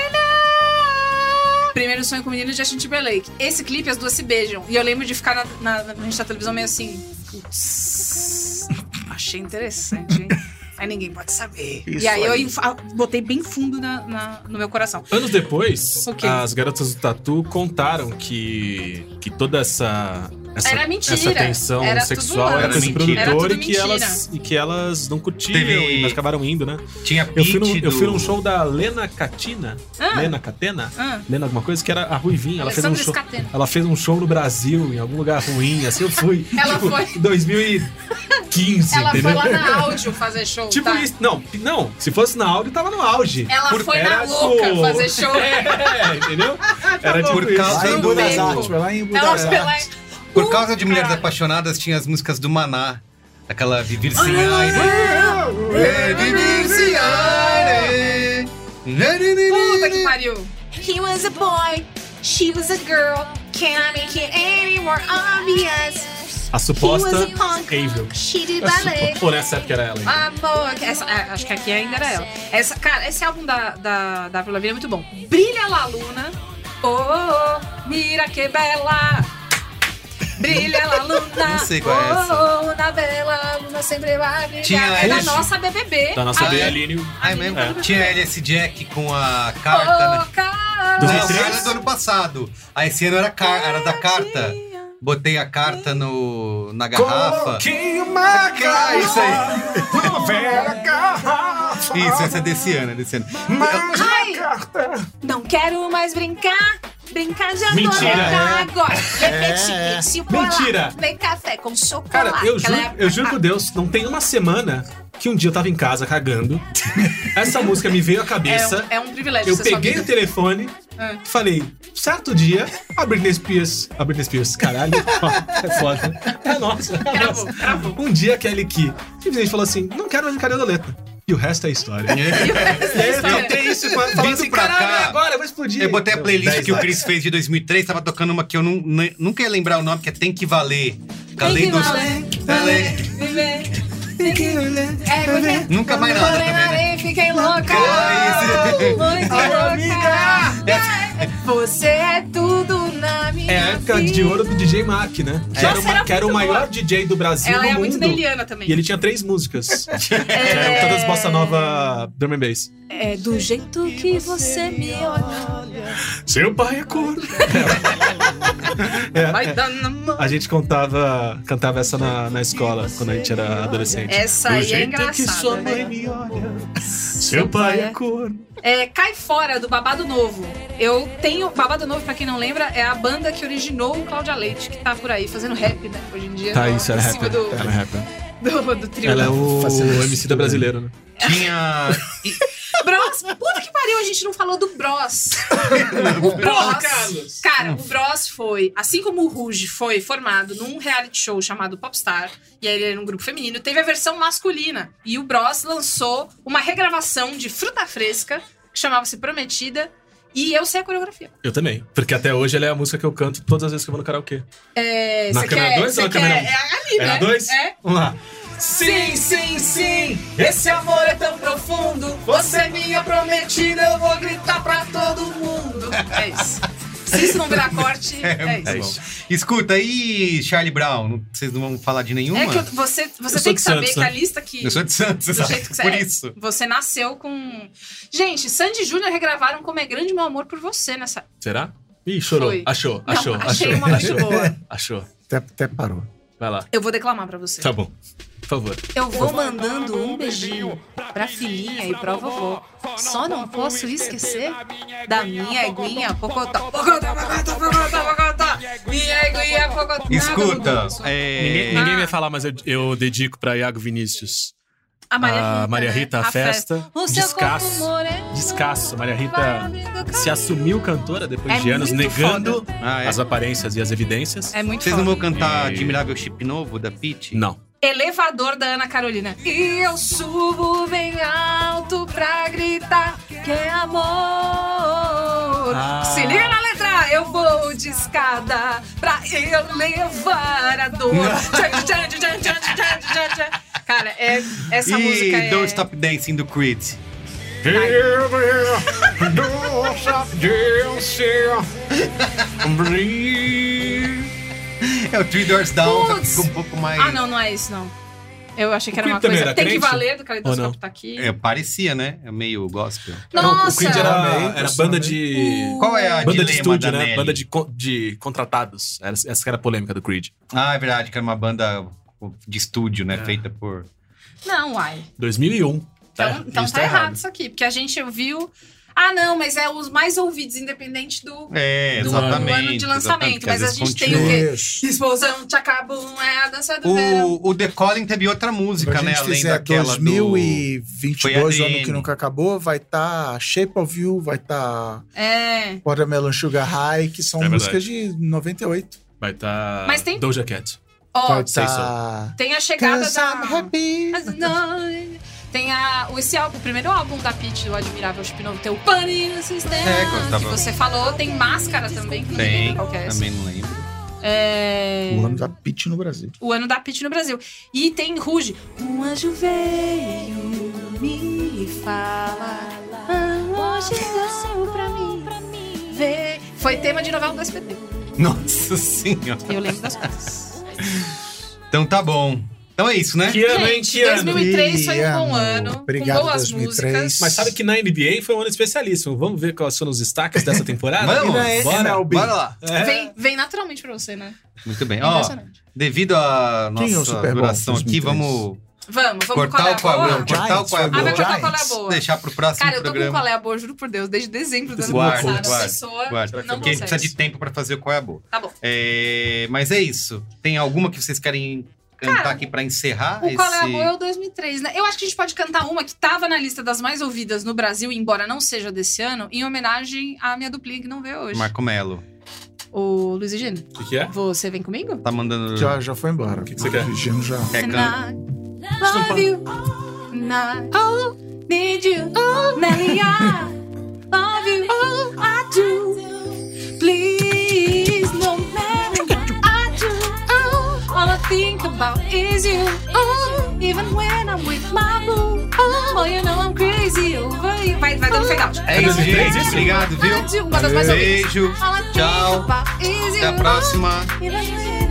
Primeiro sonho com o menino de Justin Timberlake. Esse clipe, as duas se beijam. E eu lembro de ficar na frente da televisão meio assim. Putz, achei interessante, hein? Aí ninguém pode saber. Isso E aí aí. eu botei bem fundo no meu coração. Anos depois, O quê? as garotas do Tatu contaram que toda essa Era mentira. essa tensão Era tudo sexual antes. era com esse Era produtor tudo e que mentira. elas não curtiam Teve- e mas acabaram indo, né? Tinha Eu fui, Pitty eu fui num do- show da Lena Katina. Ah. Lena Catena? Ah. Lena alguma coisa, que era a Ruivinha. Ela fez um Alessandra show. Scatena. Ela fez um show no Brasil, em algum lugar ruim, assim eu fui. Ela tipo, foi. em 2015, Ela entendeu? foi lá na áudio fazer show, Tipo tá? isso. Não, se fosse na áudio, tava no auge. Ela foi na era, louca tipo, fazer show. É, entendeu? Era Por tipo causa Lá em do- Budas Artes, foi lá em Budas Ela foi lá Artes. Por causa de Mulheres Apaixonadas, tinha as músicas do Maná. Aquela Vivir Sem Aire. É, Vivir Sem Aire. Puta que pariu. He was a boy, she was a girl. Can I make it any more obvious? A suposta He was a punk. Avril. She did ballet. Pô, nessa época era ela. ainda. Amor, acho que aqui ainda era ela. Cara, esse álbum da Avril Lavigne é muito bom. Brilha la luna, oh, mira que bela. Brilha la luna, Não sei qual é essa. oh, na bela, a luna sempre vai brilhar. Tinha É da esse- nossa BBB. Da nossa Aí- Aline. Ah, mesmo? É. Tinha LS Jack com a carta, né? Oh, cara. Não, 2003? cara é do ano passado. Aí esse ano era da carta. Botei a carta na garrafa. Isso aí. Isso, essa é desse ano, Ai, não quero mais brincar. Brincar já Mentira. vou brincar agora. Repete, se for Mentira. lá, vem café com chocolate. Cara, eu Aquela juro, época- eu juro por Deus, não tem uma semana que um dia eu tava em casa cagando. Essa música me veio à cabeça. É um privilégio Eu ser sua peguei vida. o telefone Ah. e falei, certo dia, a Britney Spears, caralho, é foda. É nossa. Um dia a Kelly Key simplesmente falou assim, não quero mais brincadeira da letra. E o resto é história. Eu tenho isso, falando Vindo assim, pra caralho, cá, agora eu vou explodir. Eu botei a playlist 10 que o horas. Chris fez de 2003, tava tocando uma que eu nunca ia lembrar o nome, que é Tem Que Valer. Tem que valer, viver. É, porque Nunca mais nada Falei também, na né? areia, fiquei louca. Muito louca. Você é tudo na minha É a época vida. de ouro do DJ Mac, né? Que era, Nossa, era que era o muito maior boa. DJ do Brasil Ela no é mundo. muito da Eliana também. E ele tinha 3 músicas. Que eram todas bossa nova drum and bass. É do jeito que você me olha. Seu pai é corno. É. Vai dar na mão. A gente cantava essa na escola, quando a gente era adolescente. Essa Do aí é jeito engraçada, que sua mãe né? me olha. Seu pai é corno. Cai Fora, do Babado Novo. Eu tenho... Babado Novo, pra quem não lembra, é a banda que originou o Cláudia Leite, que tá por aí fazendo rap, né? Hoje em dia. Tá, isso era em cima rapper. do, Ela é rapper. do trio. Ela é o MC da brasileiro, né? Tinha. Bros, puta que pariu, a gente não falou do Bros. O Bros, Carlos. cara, o Bros foi, assim como o Ruge foi formado num reality show chamado Popstar, e aí ele era um grupo feminino, teve a versão masculina. E o Bros lançou uma regravação de Fruta Fresca, que chamava-se Prometida, e eu sei a coreografia. Eu também. Porque até hoje ela é a música que eu canto todas as vezes que eu vou no karaokê. Na Cê câmera quer- 2 ou cê na câmera 1? quer- É ali, É né? na 2? É. Vamos lá. Sim, sim, sim, esse amor é tão profundo. Você é minha prometida, eu vou gritar pra todo mundo. É isso. Se isso não virar corte, é isso. É isso. Escuta, e Charlie Brown? Vocês não vão falar de nenhuma? É que você sou tem de que saber Santos, que né? a lista que... Eu sou de Santos, do sabe? jeito que você Por é, isso. Você nasceu com... Gente, Sandy e Júnior regravaram Como é Grande Meu Amor por Você nessa... Será? Ih, chorou. Foi. Achou. Não, achei uma muito boa. Achou. Até parou. Vai lá. Eu vou declamar pra você. Tá bom. Por favor. Eu vou mandando um beijinho pra filhinha e pra vovô. Só não posso esquecer da minha eguinha Pocotó. Pocotó, Pocotó, Pocotó, Pocotó. Minha eguinha Pocotó. Escuta, ninguém vai falar, mas eu dedico pra Iago Vinícius. A Maria Rita, a festa. Descasso. Maria Rita se assumiu cantora depois de anos negando as aparências e as evidências. É muito Vocês foda. não vão cantar Admirável Chip Novo, da Pitty? Não. Elevador da Ana Carolina. E eu subo bem alto pra gritar que é amor. Se liga na letra. Eu vou de escada pra eu levar a dor. Cara, essa música é... Don't Stop Dancing do Creed. Don't stop dancing. É o Three Doors Down, só que fica um pouco mais... Ah, não é isso, não. Eu achei que era uma Creed coisa... era Tem que crente? valer, do Caleidoscópio tá aqui. Parecia, né? É meio gospel. Nossa! O Creed era banda de... Qual é a banda de dilema estúdio, da né? Nelly? Banda de contratados. Essa que era a polêmica do Creed. Ah, é verdade, que era uma banda de estúdio, né? Feita por... Não, uai. 2001. Então tá errado isso aqui, porque a gente viu... Ah, não, mas é os mais ouvidos, independente do ano de lançamento. Mas a gente tem o quê? Explosão, Tchacabum, a dança do verão. O The Calling teve outra música, né? Além daquela 2022, o ano que nunca acabou, vai estar Shape of You, vai estar Watermelon Sugar High, que são músicas de 98. Vai estar Mas tem... Doja Cat. Vai estar... Tem a chegada da... I'm happy. Tem esse álbum, o primeiro álbum da Pitty, do Admirável Chip Novo, tem o Pane no Sistema, que você falou. Tem Máscara também, que tem, qual que é também não lembro. O ano da Pitty no Brasil. O ano da Pitty no Brasil. E tem Ruge. Um anjo veio me fala, hoje não pra mim. Foi tema de novela do SBT. Nossa Senhora. Eu lembro das coisas. Então tá bom. Então é isso, né? Que ano, hein? Que ano? 2003 foi um bom ano. Obrigado, com boas 2003. músicas. Mas sabe que na NBA foi um ano especialíssimo. Vamos ver quais foram os destaques dessa temporada? Vamos, bora lá. Vem naturalmente pra você, né? Muito bem. Ó, devido à nossa duração aqui, vamos cortar o qual é a boa. Deixar pro próximo Cara, eu tô programa. com qual é a boa, juro por Deus, desde dezembro do ano passado. A pessoa não Porque a gente precisa de tempo pra fazer o qual é a boa. Tá bom. Mas é isso. Tem alguma que vocês querem cantar aqui pra encerrar? O Qual é a Boa é o 2003, né? Eu acho que a gente pode cantar uma que tava na lista das mais ouvidas no Brasil, embora não seja desse ano, em homenagem à minha duplinha que não veio hoje. Marco Melo. O Luiz e Gino. O que é? Você vem comigo? Tá mandando... Já foi embora. O que você quer? O Gino já... Love you. Oh, need you. Nelly, I love you. I do. Please, no matter what I do. All I think about is you. Even when I'm with my boo. Oh, you know I'm crazy over you. Vai dando fade out. É isso, gente. Obrigado, viu? Uma das mais ouvidas. Beijo. Tchau. Até a próxima.